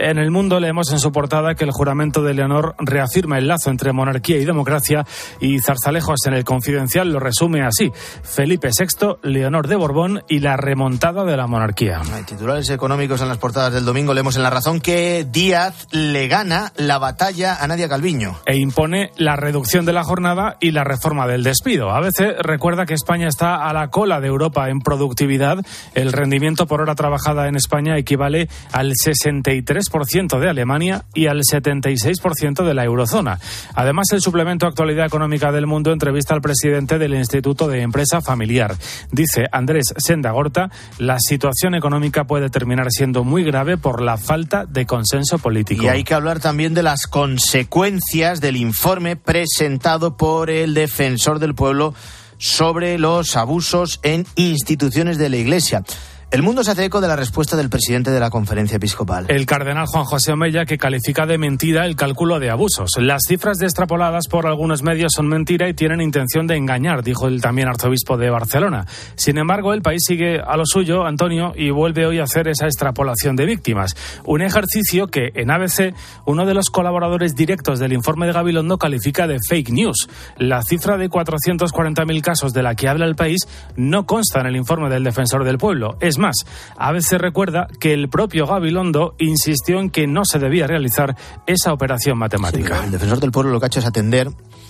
Mundo leemos en su portada que el juramento de Leonor reafirma el lazo entre monarquía y democracia, y Zarzalejos en El Confidencial lo resume así: Felipe VI, Leonor de Borbón y la remontada de la monarquía. Hay titulares económicos en las portadas del domingo. Leemos en La Razón que Díaz le gana la batalla a Nadia Calviño. E impone la reducción de la jornada y la reforma del despido. ABC recuerda que España está a la cola de Europa en productividad. El rendimiento por hora trabajada en España equivale al 63% de Alemania y al 76% de la eurozona. Además, el suplemento Actualidad Económica del Mundo entrevista al presidente del Instituto de Empresa Familiar. Dice Andrés Sendagorta: la situación económica puede terminar siendo muy grave por la falta de consenso político. Y hay que hablar también de las consecuencias del informe presentado por el Defensor del Pueblo sobre los abusos en instituciones de la Iglesia. El Mundo se hace eco de la respuesta del presidente de la Conferencia Episcopal. El cardenal Juan José Omeya, que califica de mentira el cálculo de abusos. Las cifras extrapoladas por algunos medios son mentira y tienen intención de engañar, dijo el también arzobispo de Barcelona. Sin embargo, el país sigue a lo suyo, Antonio, y vuelve hoy a hacer esa extrapolación de víctimas. Un ejercicio que en ABC, uno de los colaboradores directos del informe de Gabilondo califica de fake news. La cifra de 440.000 casos de la que habla el país no consta en el informe del Defensor del Pueblo. Es más, ABC recuerda que el propio Gabilondo insistió en que no se debía realizar esa operación matemática. Sí, el Defensor del Pueblo lo que ha hecho es atender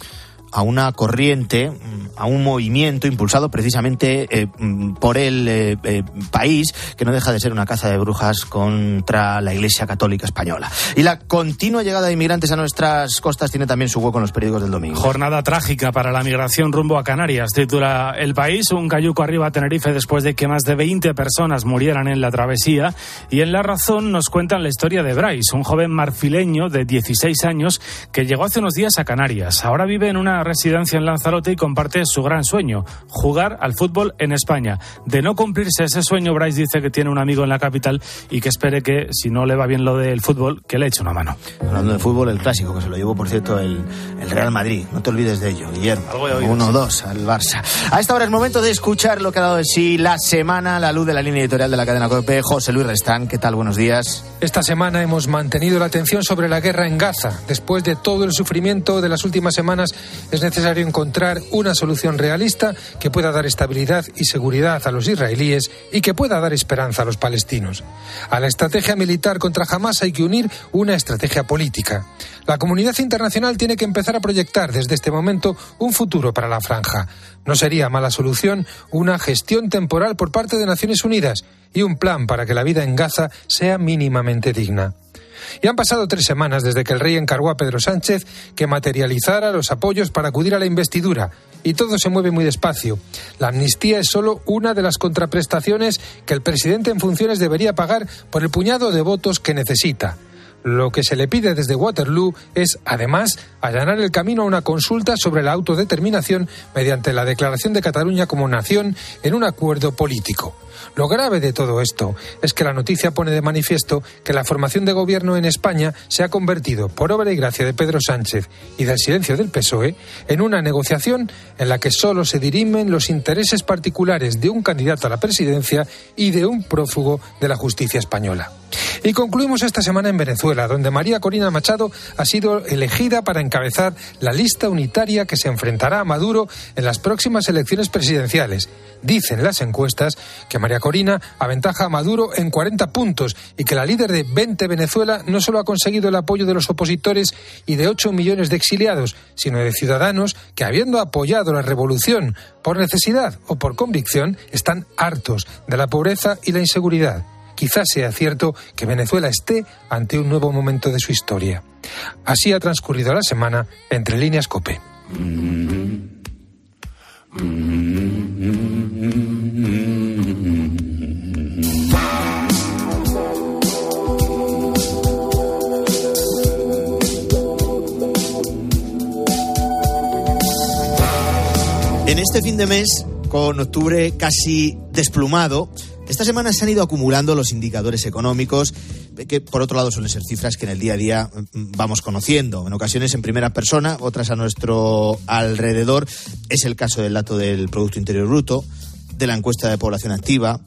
a una corriente, a un movimiento impulsado precisamente por el país, que no deja de ser una caza de brujas contra la Iglesia Católica Española. Y la continua llegada de inmigrantes a nuestras costas tiene también su hueco en los periódicos del domingo. Jornada trágica para la migración rumbo a Canarias, titula El País. Un cayuco arriba a Tenerife después de que más de 20 personas murieran en la travesía. Y en La Razón nos cuentan la historia de Bryce, un joven marfileño de 16 años que llegó hace unos días a Canarias. Ahora vive en una residencia en Lanzarote y comparte su gran sueño: jugar al fútbol en España. De no cumplirse ese sueño, Bryce dice que tiene un amigo en la capital y que espere que, si no le va bien lo del fútbol, que le eche una mano. Hablando de fútbol, el clásico, que se lo llevó, por cierto, el Real Madrid. No te olvides de ello, Guillermo. 1-2 al Barça. A esta hora es momento de escuchar lo que ha dado de sí la semana a la luz de la línea editorial de la cadena COPE. José Luis Restán, ¿qué tal? Buenos días. Esta semana hemos mantenido la atención sobre la guerra en Gaza. Después de todo el sufrimiento de las últimas semanas, es necesario encontrar una solución realista que pueda dar estabilidad y seguridad a los israelíes y que pueda dar esperanza a los palestinos. A la estrategia militar contra Hamás hay que unir una estrategia política. La comunidad internacional tiene que empezar a proyectar desde este momento un futuro para la franja. No sería mala solución una gestión temporal por parte de Naciones Unidas y un plan para que la vida en Gaza sea mínimamente digna. Y han pasado 3 semanas desde que el rey encargó a Pedro Sánchez que materializara los apoyos para acudir a la investidura. Y todo se mueve muy despacio. La amnistía es solo una de las contraprestaciones que el presidente en funciones debería pagar por el puñado de votos que necesita. Lo que se le pide desde Waterloo es, además, allanar el camino a una consulta sobre la autodeterminación mediante la declaración de Cataluña como nación en un acuerdo político. Lo grave de todo esto es que la noticia pone de manifiesto que la formación de gobierno en España se ha convertido, por obra y gracia de Pedro Sánchez y del silencio del PSOE, en una negociación en la que solo se dirimen los intereses particulares de un candidato a la presidencia y de un prófugo de la justicia española. Y concluimos esta semana en Venezuela, donde María Corina Machado ha sido elegida para encabezar la lista unitaria que se enfrentará a Maduro en las próximas elecciones presidenciales. Dicen las encuestas que María Corina aventaja a Maduro en 40 puntos y que la líder de 20 Venezuela no solo ha conseguido el apoyo de los opositores y de 8 millones de exiliados, sino de ciudadanos que, habiendo apoyado la revolución por necesidad o por convicción, están hartos de la pobreza y la inseguridad. Quizás sea cierto que Venezuela esté ante un nuevo momento de su historia. Así ha transcurrido la semana Entre Líneas COPE. En este fin de mes, con octubre casi desplumado, esta semana se han ido acumulando los indicadores económicos, que por otro lado suelen ser cifras que en el día a día vamos conociendo, en ocasiones en primera persona, otras a nuestro alrededor. Es el caso del dato del Producto Interior Bruto, de la encuesta de población activa,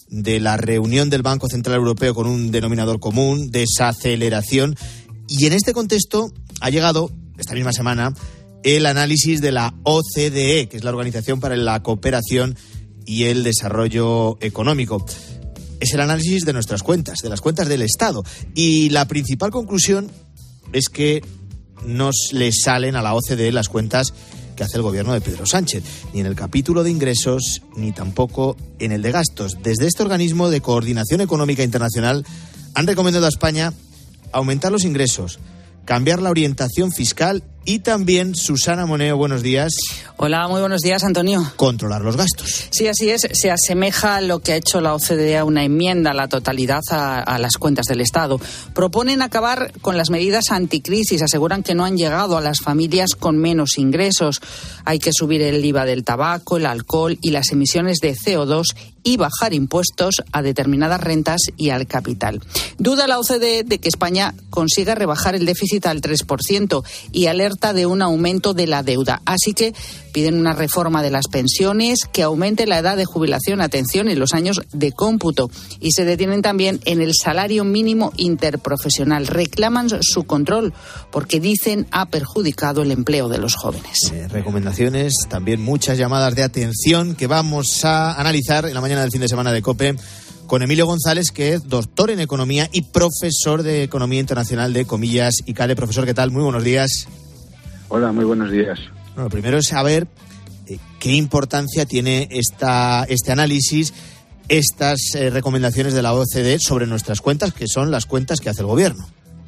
de la reunión del Banco Central Europeo con un denominador común, desaceleración. Y en este contexto ha llegado, esta misma semana, el análisis de la OCDE, que es la Organización para la Cooperación y el Desarrollo Económico. Es el análisis de nuestras cuentas, de las cuentas del Estado. Y la principal conclusión es que no le salen a la OCDE las cuentas que hace el gobierno de Pedro Sánchez, ni en el capítulo de ingresos, ni tampoco en el de gastos. Desde este organismo de coordinación económica internacional han recomendado a España aumentar los ingresos, cambiar la orientación fiscal y también, Susana Moneo, buenos días. Hola, muy buenos días, Antonio. Controlar los gastos. Sí, así es. Se asemeja a lo que ha hecho la OCDE a una enmienda a la totalidad a las cuentas del Estado. Proponen acabar con las medidas anticrisis. Aseguran que no han llegado a las familias con menos ingresos. Hay que subir el IVA del tabaco, el alcohol y las emisiones de CO2 y bajar impuestos a determinadas rentas y al capital. Duda la OCDE de que España consiga rebajar el déficit al 3% y alerta de un aumento de la deuda. Así que piden una reforma de las pensiones, que aumente la edad de jubilación, atención, en los años de cómputo. Y se detienen también en el salario mínimo interprofesional. Reclaman su control porque dicen ha perjudicado el empleo de los jóvenes. Recomendaciones, también muchas llamadas de atención que vamos a analizar en la mañana del fin de semana de COPE con Emilio González, que es doctor en Economía y profesor de Economía Internacional de Comillas y CADE. Profesor, ¿qué tal? Muy buenos días. Hola, muy buenos días. Bueno, lo primero es saber qué importancia tiene este análisis, estas recomendaciones de la OCDE sobre nuestras cuentas, que son las cuentas que hace el gobierno.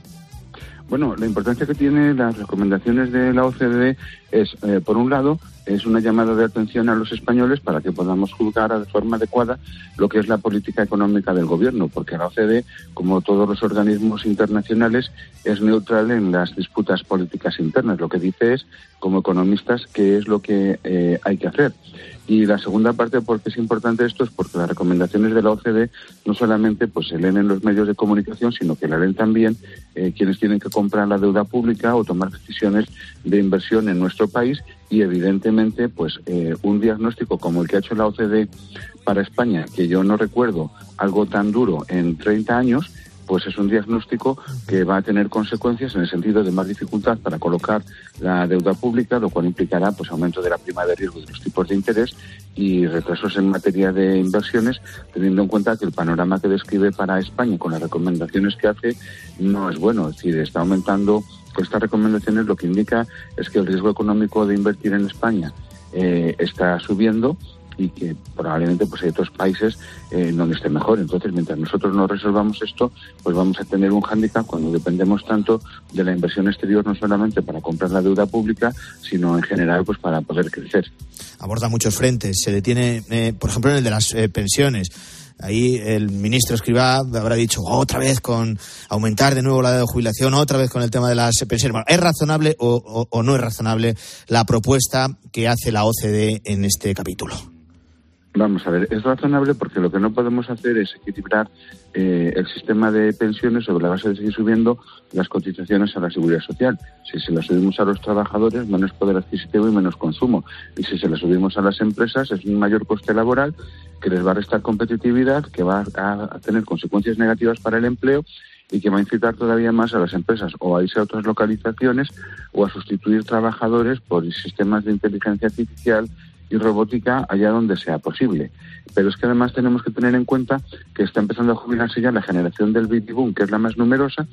Bueno, la importancia que tienen las recomendaciones de la OCDE es, por un lado, es una llamada de atención a los españoles para que podamos juzgar de forma adecuada lo que es la política económica del gobierno, porque la OCDE, como todos los organismos internacionales, es neutral en las disputas políticas internas. Lo que dice es, como economistas, qué es lo que hay que hacer. Y la segunda parte, porque es importante esto, es porque las recomendaciones de la OCDE no solamente pues se leen en los medios de comunicación, sino que la leen también quienes tienen que comprar la deuda pública o tomar decisiones de inversión en nuestro país. Y evidentemente, pues un diagnóstico como el que ha hecho la OCDE para España, que yo no recuerdo algo tan duro en 30 años, pues es un diagnóstico que va a tener consecuencias en el sentido de más dificultad para colocar la deuda pública, lo cual implicará pues aumento de la prima de riesgo de los tipos de interés y retrasos en materia de inversiones, teniendo en cuenta que el panorama que describe para España con las recomendaciones que hace no es bueno. Es decir, está aumentando. Con estas recomendaciones lo que indica es que el riesgo económico de invertir en España está subiendo y que probablemente pues hay otros países donde esté mejor. Entonces, mientras nosotros no resolvamos esto, pues vamos a tener un hándicap cuando dependemos tanto de la inversión exterior, no solamente para comprar la deuda pública, sino en general pues para poder crecer. Aborda muchos frentes. Se detiene, por ejemplo, en el de las pensiones. Ahí el ministro Escrivá habrá dicho otra vez con aumentar de nuevo la edad de jubilación, otra vez con el tema de las pensiones. Bueno, ¿es razonable o no es razonable la propuesta que hace la OCDE en este capítulo? Vamos a ver, es razonable porque lo que no podemos hacer es equilibrar el sistema de pensiones sobre la base de seguir subiendo las cotizaciones a la seguridad social. Si se las subimos a los trabajadores, menos poder adquisitivo y menos consumo. Y si se las subimos a las empresas, es un mayor coste laboral que les va a restar competitividad, que va a tener consecuencias negativas para el empleo y que va a incitar todavía más a las empresas o a irse a otras localizaciones o a sustituir trabajadores por sistemas de inteligencia artificial y robótica allá donde sea posible. Pero es que además tenemos que tener en cuenta que está empezando a jubilarse ya la generación del baby boom, que es la más numerosa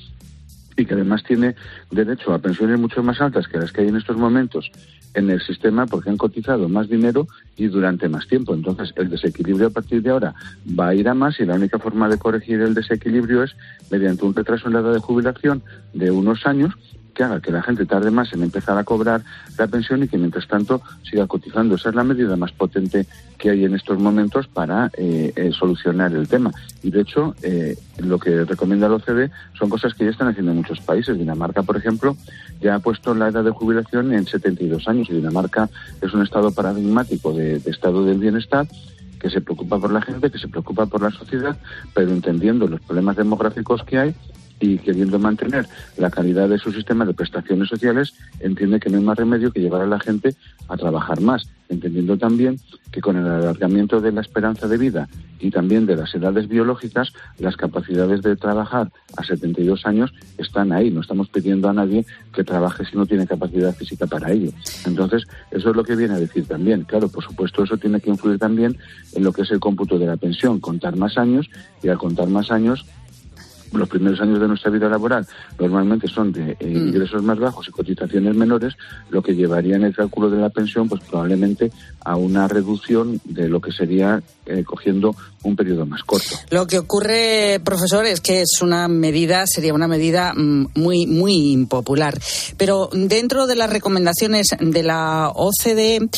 y que además tiene derecho a pensiones mucho más altas que las que hay en estos momentos en el sistema porque han cotizado más dinero y durante más tiempo. Entonces el desequilibrio a partir de ahora va a ir a más y la única forma de corregir el desequilibrio es mediante un retraso en la edad de jubilación de unos años que haga que la gente tarde más en empezar a cobrar la pensión y que mientras tanto siga cotizando. Esa es la medida más potente que hay en estos momentos para solucionar el tema. Y de hecho, lo que recomienda la OCDE son cosas que ya están haciendo en muchos países. Dinamarca, por ejemplo, ya ha puesto la edad de jubilación en 72 años y Dinamarca es un estado paradigmático de estado del bienestar que se preocupa por la gente, que se preocupa por la sociedad, pero entendiendo los problemas demográficos que hay y queriendo mantener la calidad de su sistema de prestaciones sociales, entiende que no hay más remedio que llevar a la gente a trabajar más, entendiendo también que con el alargamiento de la esperanza de vida y también de las edades biológicas, las capacidades de trabajar a 72 años están ahí. No estamos pidiendo a nadie que trabaje si no tiene capacidad física para ello. Entonces, eso es lo que viene a decir también. Claro, por supuesto, eso tiene que influir también en lo que es el cómputo de la pensión, contar más años, y al contar más años, los primeros años de nuestra vida laboral normalmente son de ingresos más bajos y cotizaciones menores, lo que llevaría en el cálculo de la pensión pues probablemente a una reducción de lo que sería cogiendo un periodo más corto. Lo que ocurre, profesor, es que sería una medida muy, muy impopular. Pero dentro de las recomendaciones de la OCDE,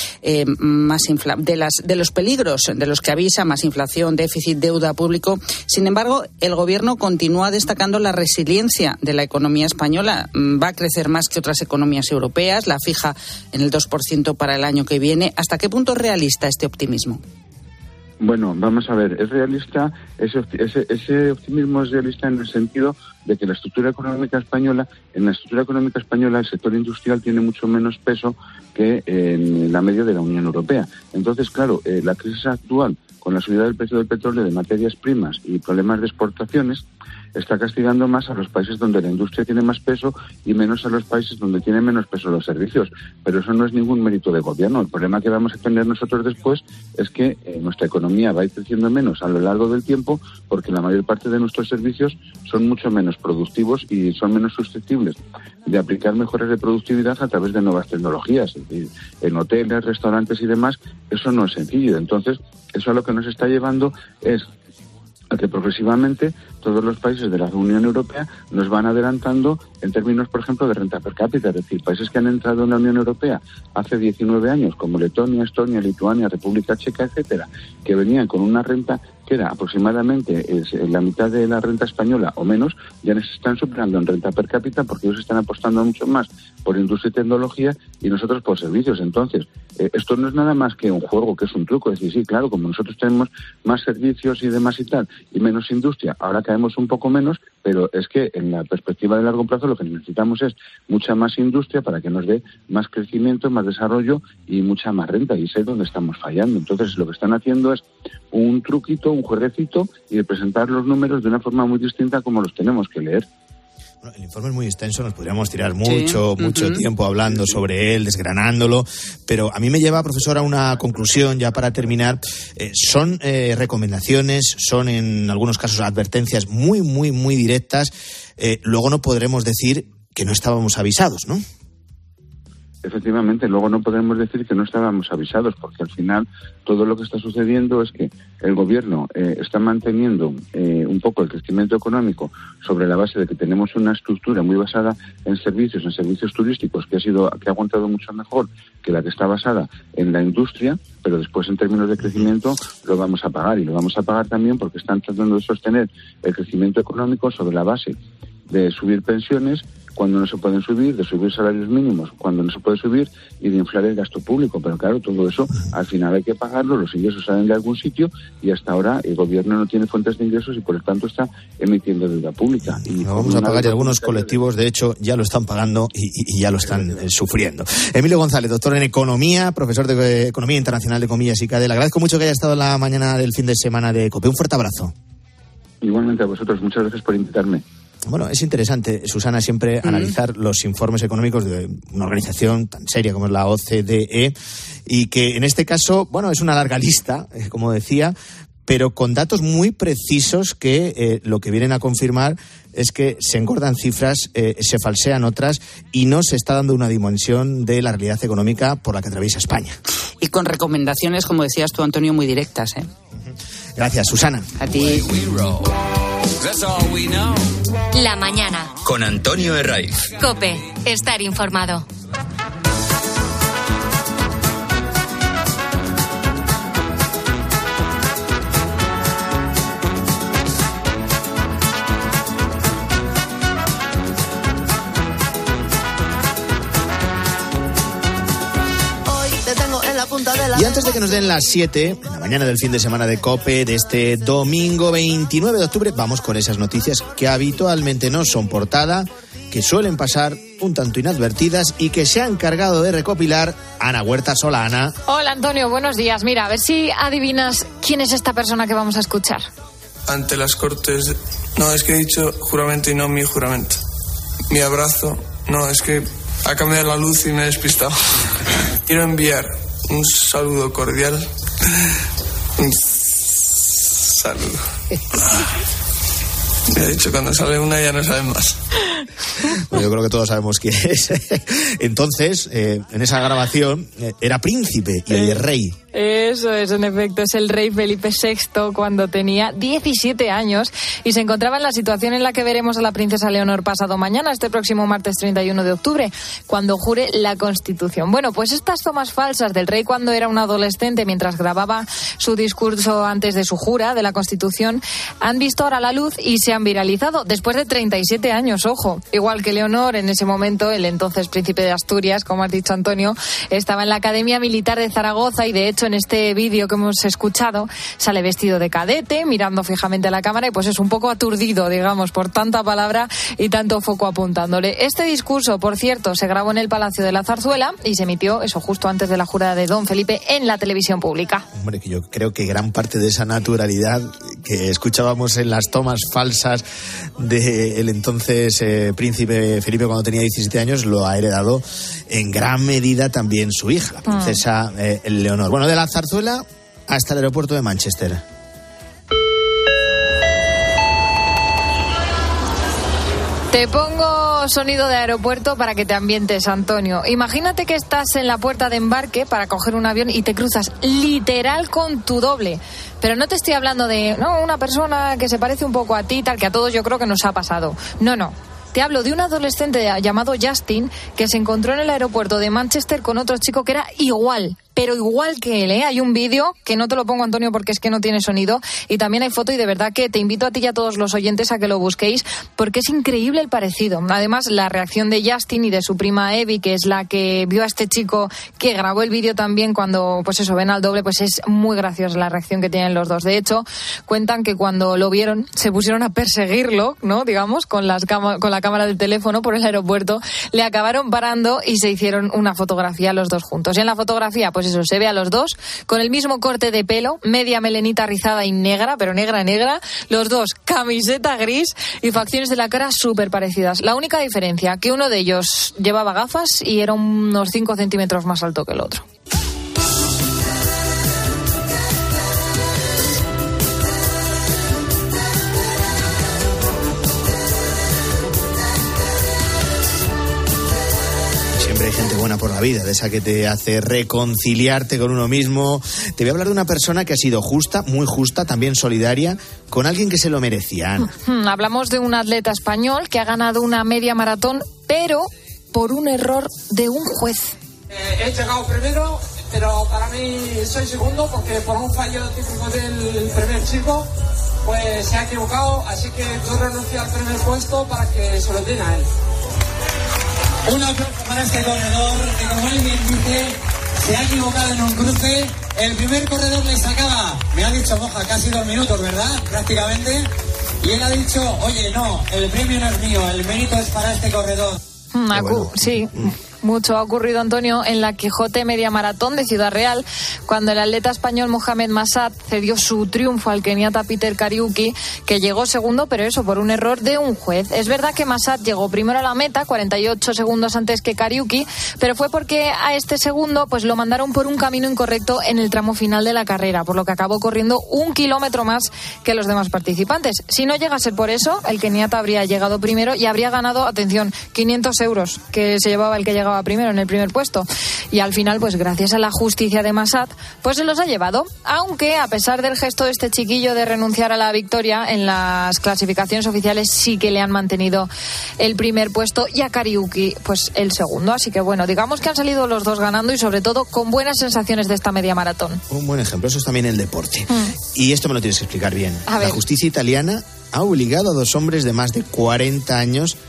de los peligros de los que avisa, más inflación, déficit, deuda público, sin embargo, el gobierno continúa destacando la resiliencia de la economía española. Va a crecer más que otras economías europeas, la fija en el 2% para el año que viene. ¿Hasta qué punto es realista este optimismo? Bueno, vamos a ver, es realista, ese optimismo es realista en el sentido de que en la estructura económica española el sector industrial tiene mucho menos peso que en la media de la Unión Europea. Entonces, claro, la crisis actual, con la subida del precio del petróleo, de materias primas y problemas de exportaciones, está castigando más a los países donde la industria tiene más peso y menos a los países donde tienen menos peso los servicios. Pero eso no es ningún mérito del gobierno. El problema que vamos a tener nosotros después es que nuestra economía va a ir creciendo menos a lo largo del tiempo, porque la mayor parte de nuestros servicios son mucho menos productivos y son menos susceptibles de aplicar mejoras de productividad a través de nuevas tecnologías. Es decir, en hoteles, restaurantes y demás, eso no es sencillo. Entonces, eso a lo que nos está llevando es a que progresivamente todos los países de la Unión Europea nos van adelantando en términos, por ejemplo, de renta per cápita. Es decir, países que han entrado en la Unión Europea hace 19 años, como Letonia, Estonia, Lituania, República Checa, etcétera, que venían con una renta que era aproximadamente la mitad de la renta española o menos, ya nos están superando en renta per cápita porque ellos están apostando mucho más por industria y tecnología y nosotros por servicios. Entonces, esto no es nada más que un juego, que es un truco. Es decir, sí, claro, como nosotros tenemos más servicios y demás y tal, y menos industria, ahora caemos un poco menos, pero es que en la perspectiva de largo plazo lo que necesitamos es mucha más industria para que nos dé más crecimiento, más desarrollo y mucha más renta, y es donde estamos fallando. Entonces, lo que están haciendo es un truquito, un jueguecito, y de presentar los números de una forma muy distinta a como los tenemos que leer. Bueno, el informe es muy extenso, nos podríamos tirar mucho tiempo hablando sobre él, desgranándolo, pero a mí me lleva, profesor, a una conclusión ya para terminar. Son recomendaciones, son en algunos casos advertencias muy, muy, muy directas. Luego no podremos decir que no estábamos avisados, ¿no? Efectivamente, luego no podemos decir que no estábamos avisados, porque al final todo lo que está sucediendo es que el gobierno está manteniendo un poco el crecimiento económico sobre la base de que tenemos una estructura muy basada en servicios turísticos, que ha aguantado mucho mejor que la que está basada en la industria, pero después en términos de crecimiento lo vamos a pagar, y lo vamos a pagar también porque están tratando de sostener el crecimiento económico sobre la base de subir pensiones cuando no se pueden subir, de subir salarios mínimos cuando no se puede subir, y de inflar el gasto público. Pero claro, todo eso al final hay que pagarlo, los ingresos salen de algún sitio, y hasta ahora el gobierno no tiene fuentes de ingresos y por lo tanto está emitiendo deuda pública. Y lo vamos a pagar, y algunos colectivos de hecho ya lo están pagando y ya lo están sufriendo. Emilio González, doctor en Economía, profesor de Economía Internacional de Comillas y CADE. Le agradezco mucho que haya estado en la mañana del fin de semana de COPE. Un fuerte abrazo. Igualmente a vosotros, muchas gracias por invitarme. Bueno, es interesante, Susana, siempre analizar los informes económicos de una organización tan seria como es la OCDE, y que en este caso, bueno, es una larga lista, como decía, pero con datos muy precisos que lo que vienen a confirmar es que se engordan cifras, se falsean otras, y no se está dando una dimensión de la realidad económica por la que atraviesa España. Y con recomendaciones, como decías tú, Antonio, muy directas, ¿eh? Gracias, Susana. A ti. La mañana. Con Antonio Herraiz. COPE. Estar informado. Y antes de que nos den las 7, mañana del fin de semana de COPE de este domingo 29 de octubre. Vamos con esas noticias que habitualmente no son portada, que suelen pasar un tanto inadvertidas y que se ha encargado de recopilar Ana Huerta Solana. Hola Antonio, buenos días. Mira, a ver si adivinas quién es esta persona que vamos a escuchar. Ante las Cortes, no, es que he dicho juramento y no mi juramento. Mi abrazo, no, es que ha cambiado la luz y me he despistado. Quiero enviar un saludo cordial. Un saludo. Me ha dicho, cuando sale una ya no saben más. Bueno, yo creo que todos sabemos quién es. Entonces, en esa grabación, era príncipe y hoy es rey. Eso es, en efecto, es el rey Felipe VI cuando tenía 17 años y se encontraba en la situación en la que veremos a la princesa Leonor pasado mañana, este próximo martes 31 de octubre, cuando jure la Constitución. Bueno, pues estas tomas falsas del rey cuando era un adolescente, mientras grababa su discurso antes de su jura de la Constitución, han visto ahora la luz y se han viralizado después de 37 años, ojo. Igual que Leonor, en ese momento, el entonces príncipe de Asturias, como has dicho Antonio, estaba en la Academia Militar de Zaragoza y de hecho en este vídeo que hemos escuchado sale vestido de cadete, mirando fijamente a la cámara y pues es un poco aturdido, digamos, por tanta palabra y tanto foco apuntándole. Este discurso, por cierto, se grabó en el Palacio de la Zarzuela y se emitió, eso, justo antes de la jura de Don Felipe en la televisión pública. Hombre, que yo creo que gran parte de esa naturalidad que escuchábamos en las tomas falsas del entonces príncipe Felipe cuando tenía 17 años lo ha heredado en gran medida también su hija, la princesa Leonor. Bueno, de la Zarzuela hasta el aeropuerto de Manchester. Te pongo sonido de aeropuerto para que te ambientes, Antonio. Imagínate que estás en la puerta de embarque para coger un avión y te cruzas literal con tu doble. Pero no te estoy hablando de una persona que se parece un poco a ti, tal, que a todos yo creo que nos ha pasado. No. Te hablo de un adolescente llamado Justin que se encontró en el aeropuerto de Manchester con otro chico que era igual, pero igual que él, ¿eh? Hay un vídeo que no te lo pongo, Antonio, porque es que no tiene sonido, y también hay foto, y de verdad que te invito a ti y a todos los oyentes a que lo busquéis, porque es increíble el parecido. Además, la reacción de Justin y de su prima Evie, que es la que vio a este chico que grabó el vídeo también cuando, pues eso, ven al doble, pues es muy graciosa la reacción que tienen los dos. De hecho, cuentan que cuando lo vieron, se pusieron a perseguirlo, ¿no? Digamos, con la cámara del teléfono por el aeropuerto, le acabaron parando y se hicieron una fotografía los dos juntos. Y en la fotografía, pues eso, se ve a los dos con el mismo corte de pelo, media melenita rizada y negra, pero negra, los dos camiseta gris y facciones de la cara súper parecidas. La única diferencia, que uno de ellos llevaba gafas y era unos 5 centímetros más alto que el otro. Hay gente buena por la vida, de esa que te hace reconciliarte con uno mismo. Te voy a hablar de una persona que ha sido justa, muy justa, también solidaria, con alguien que se lo merecía. Hablamos de un atleta español que ha ganado una media maratón, pero por un error de un juez. He llegado primero, pero para mí soy segundo porque por un fallo típico del primer chico, pues se ha equivocado, así que yo renuncio al primer puesto para que se lo den a él. Un aplauso para este corredor que, como él bien dice, se ha equivocado en un cruce. El primer corredor le sacaba, me ha dicho Moja, casi 2 minutos, ¿verdad? Prácticamente. Y él ha dicho, oye, no, el premio no es mío, el mérito es para este corredor. Sí. Mucho ha ocurrido, Antonio, en la Quijote Media Maratón de Ciudad Real, cuando el atleta español Mohamed Massad cedió su triunfo al keniata Peter Kariuki, que llegó segundo, pero eso por un error de un juez. Es verdad que Massad llegó primero a la meta, 48 segundos antes que Kariuki, pero fue porque a este segundo pues lo mandaron por un camino incorrecto en el tramo final de la carrera, por lo que acabó corriendo 1 kilómetro más que los demás participantes. Si no llega a ser por eso, el keniata habría llegado primero y habría ganado, atención, 500 euros que se llevaba el que llegaba primero en el primer puesto, y al final pues gracias a la justicia de Massad pues se los ha llevado, aunque a pesar del gesto de este chiquillo de renunciar a la victoria en las clasificaciones oficiales sí que le han mantenido el primer puesto y a Kariuki pues el segundo, así que bueno, digamos que han salido los dos ganando y sobre todo con buenas sensaciones de esta media maratón. Un buen ejemplo, eso es también el deporte. Y esto me lo tienes que explicar bien. La justicia italiana ha obligado a 2 hombres de más de 40 años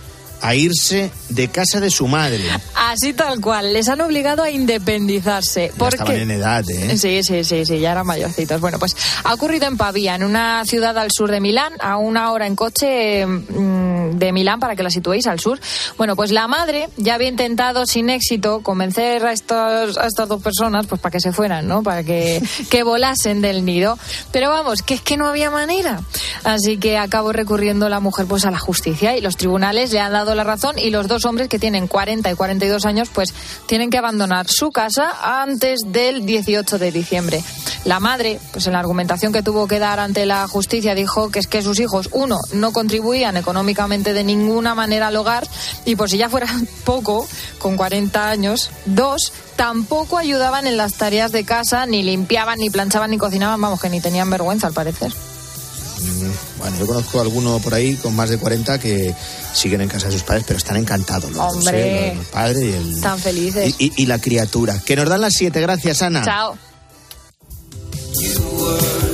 a irse de casa de su madre. Así tal cual, les han obligado a independizarse. Ya estaban en edad, ¿eh? Sí, ya eran mayorcitos. Bueno, pues ha ocurrido en Pavía, en una ciudad al sur de Milán, a 1 hora en coche de Milán, para que la situéis al sur. Bueno, pues la madre ya había intentado sin éxito convencer a estas 2 personas pues para que se fueran, ¿no? Para que volasen del nido. Pero vamos, que es que no había manera. Así que acabó recurriendo la mujer pues a la justicia, y los tribunales le han dado la razón, y los 2 hombres, que tienen 40 y 42 años, pues tienen que abandonar su casa antes del 18 de diciembre. La madre, pues en la argumentación que tuvo que dar ante la justicia, dijo que es que sus hijos, 1, no contribuían económicamente de ninguna manera al hogar, y por si ya fuera poco, con 40 años, 2, tampoco ayudaban en las tareas de casa, ni limpiaban, ni planchaban, ni cocinaban, vamos, que ni tenían vergüenza al parecer. Bueno, yo conozco a alguno por ahí con más de 40 que siguen en casa de sus padres, pero están encantados los Hombre, dos, los padres y el... Están felices. Y la criatura. Que nos dan las 7, gracias, Ana. Chao.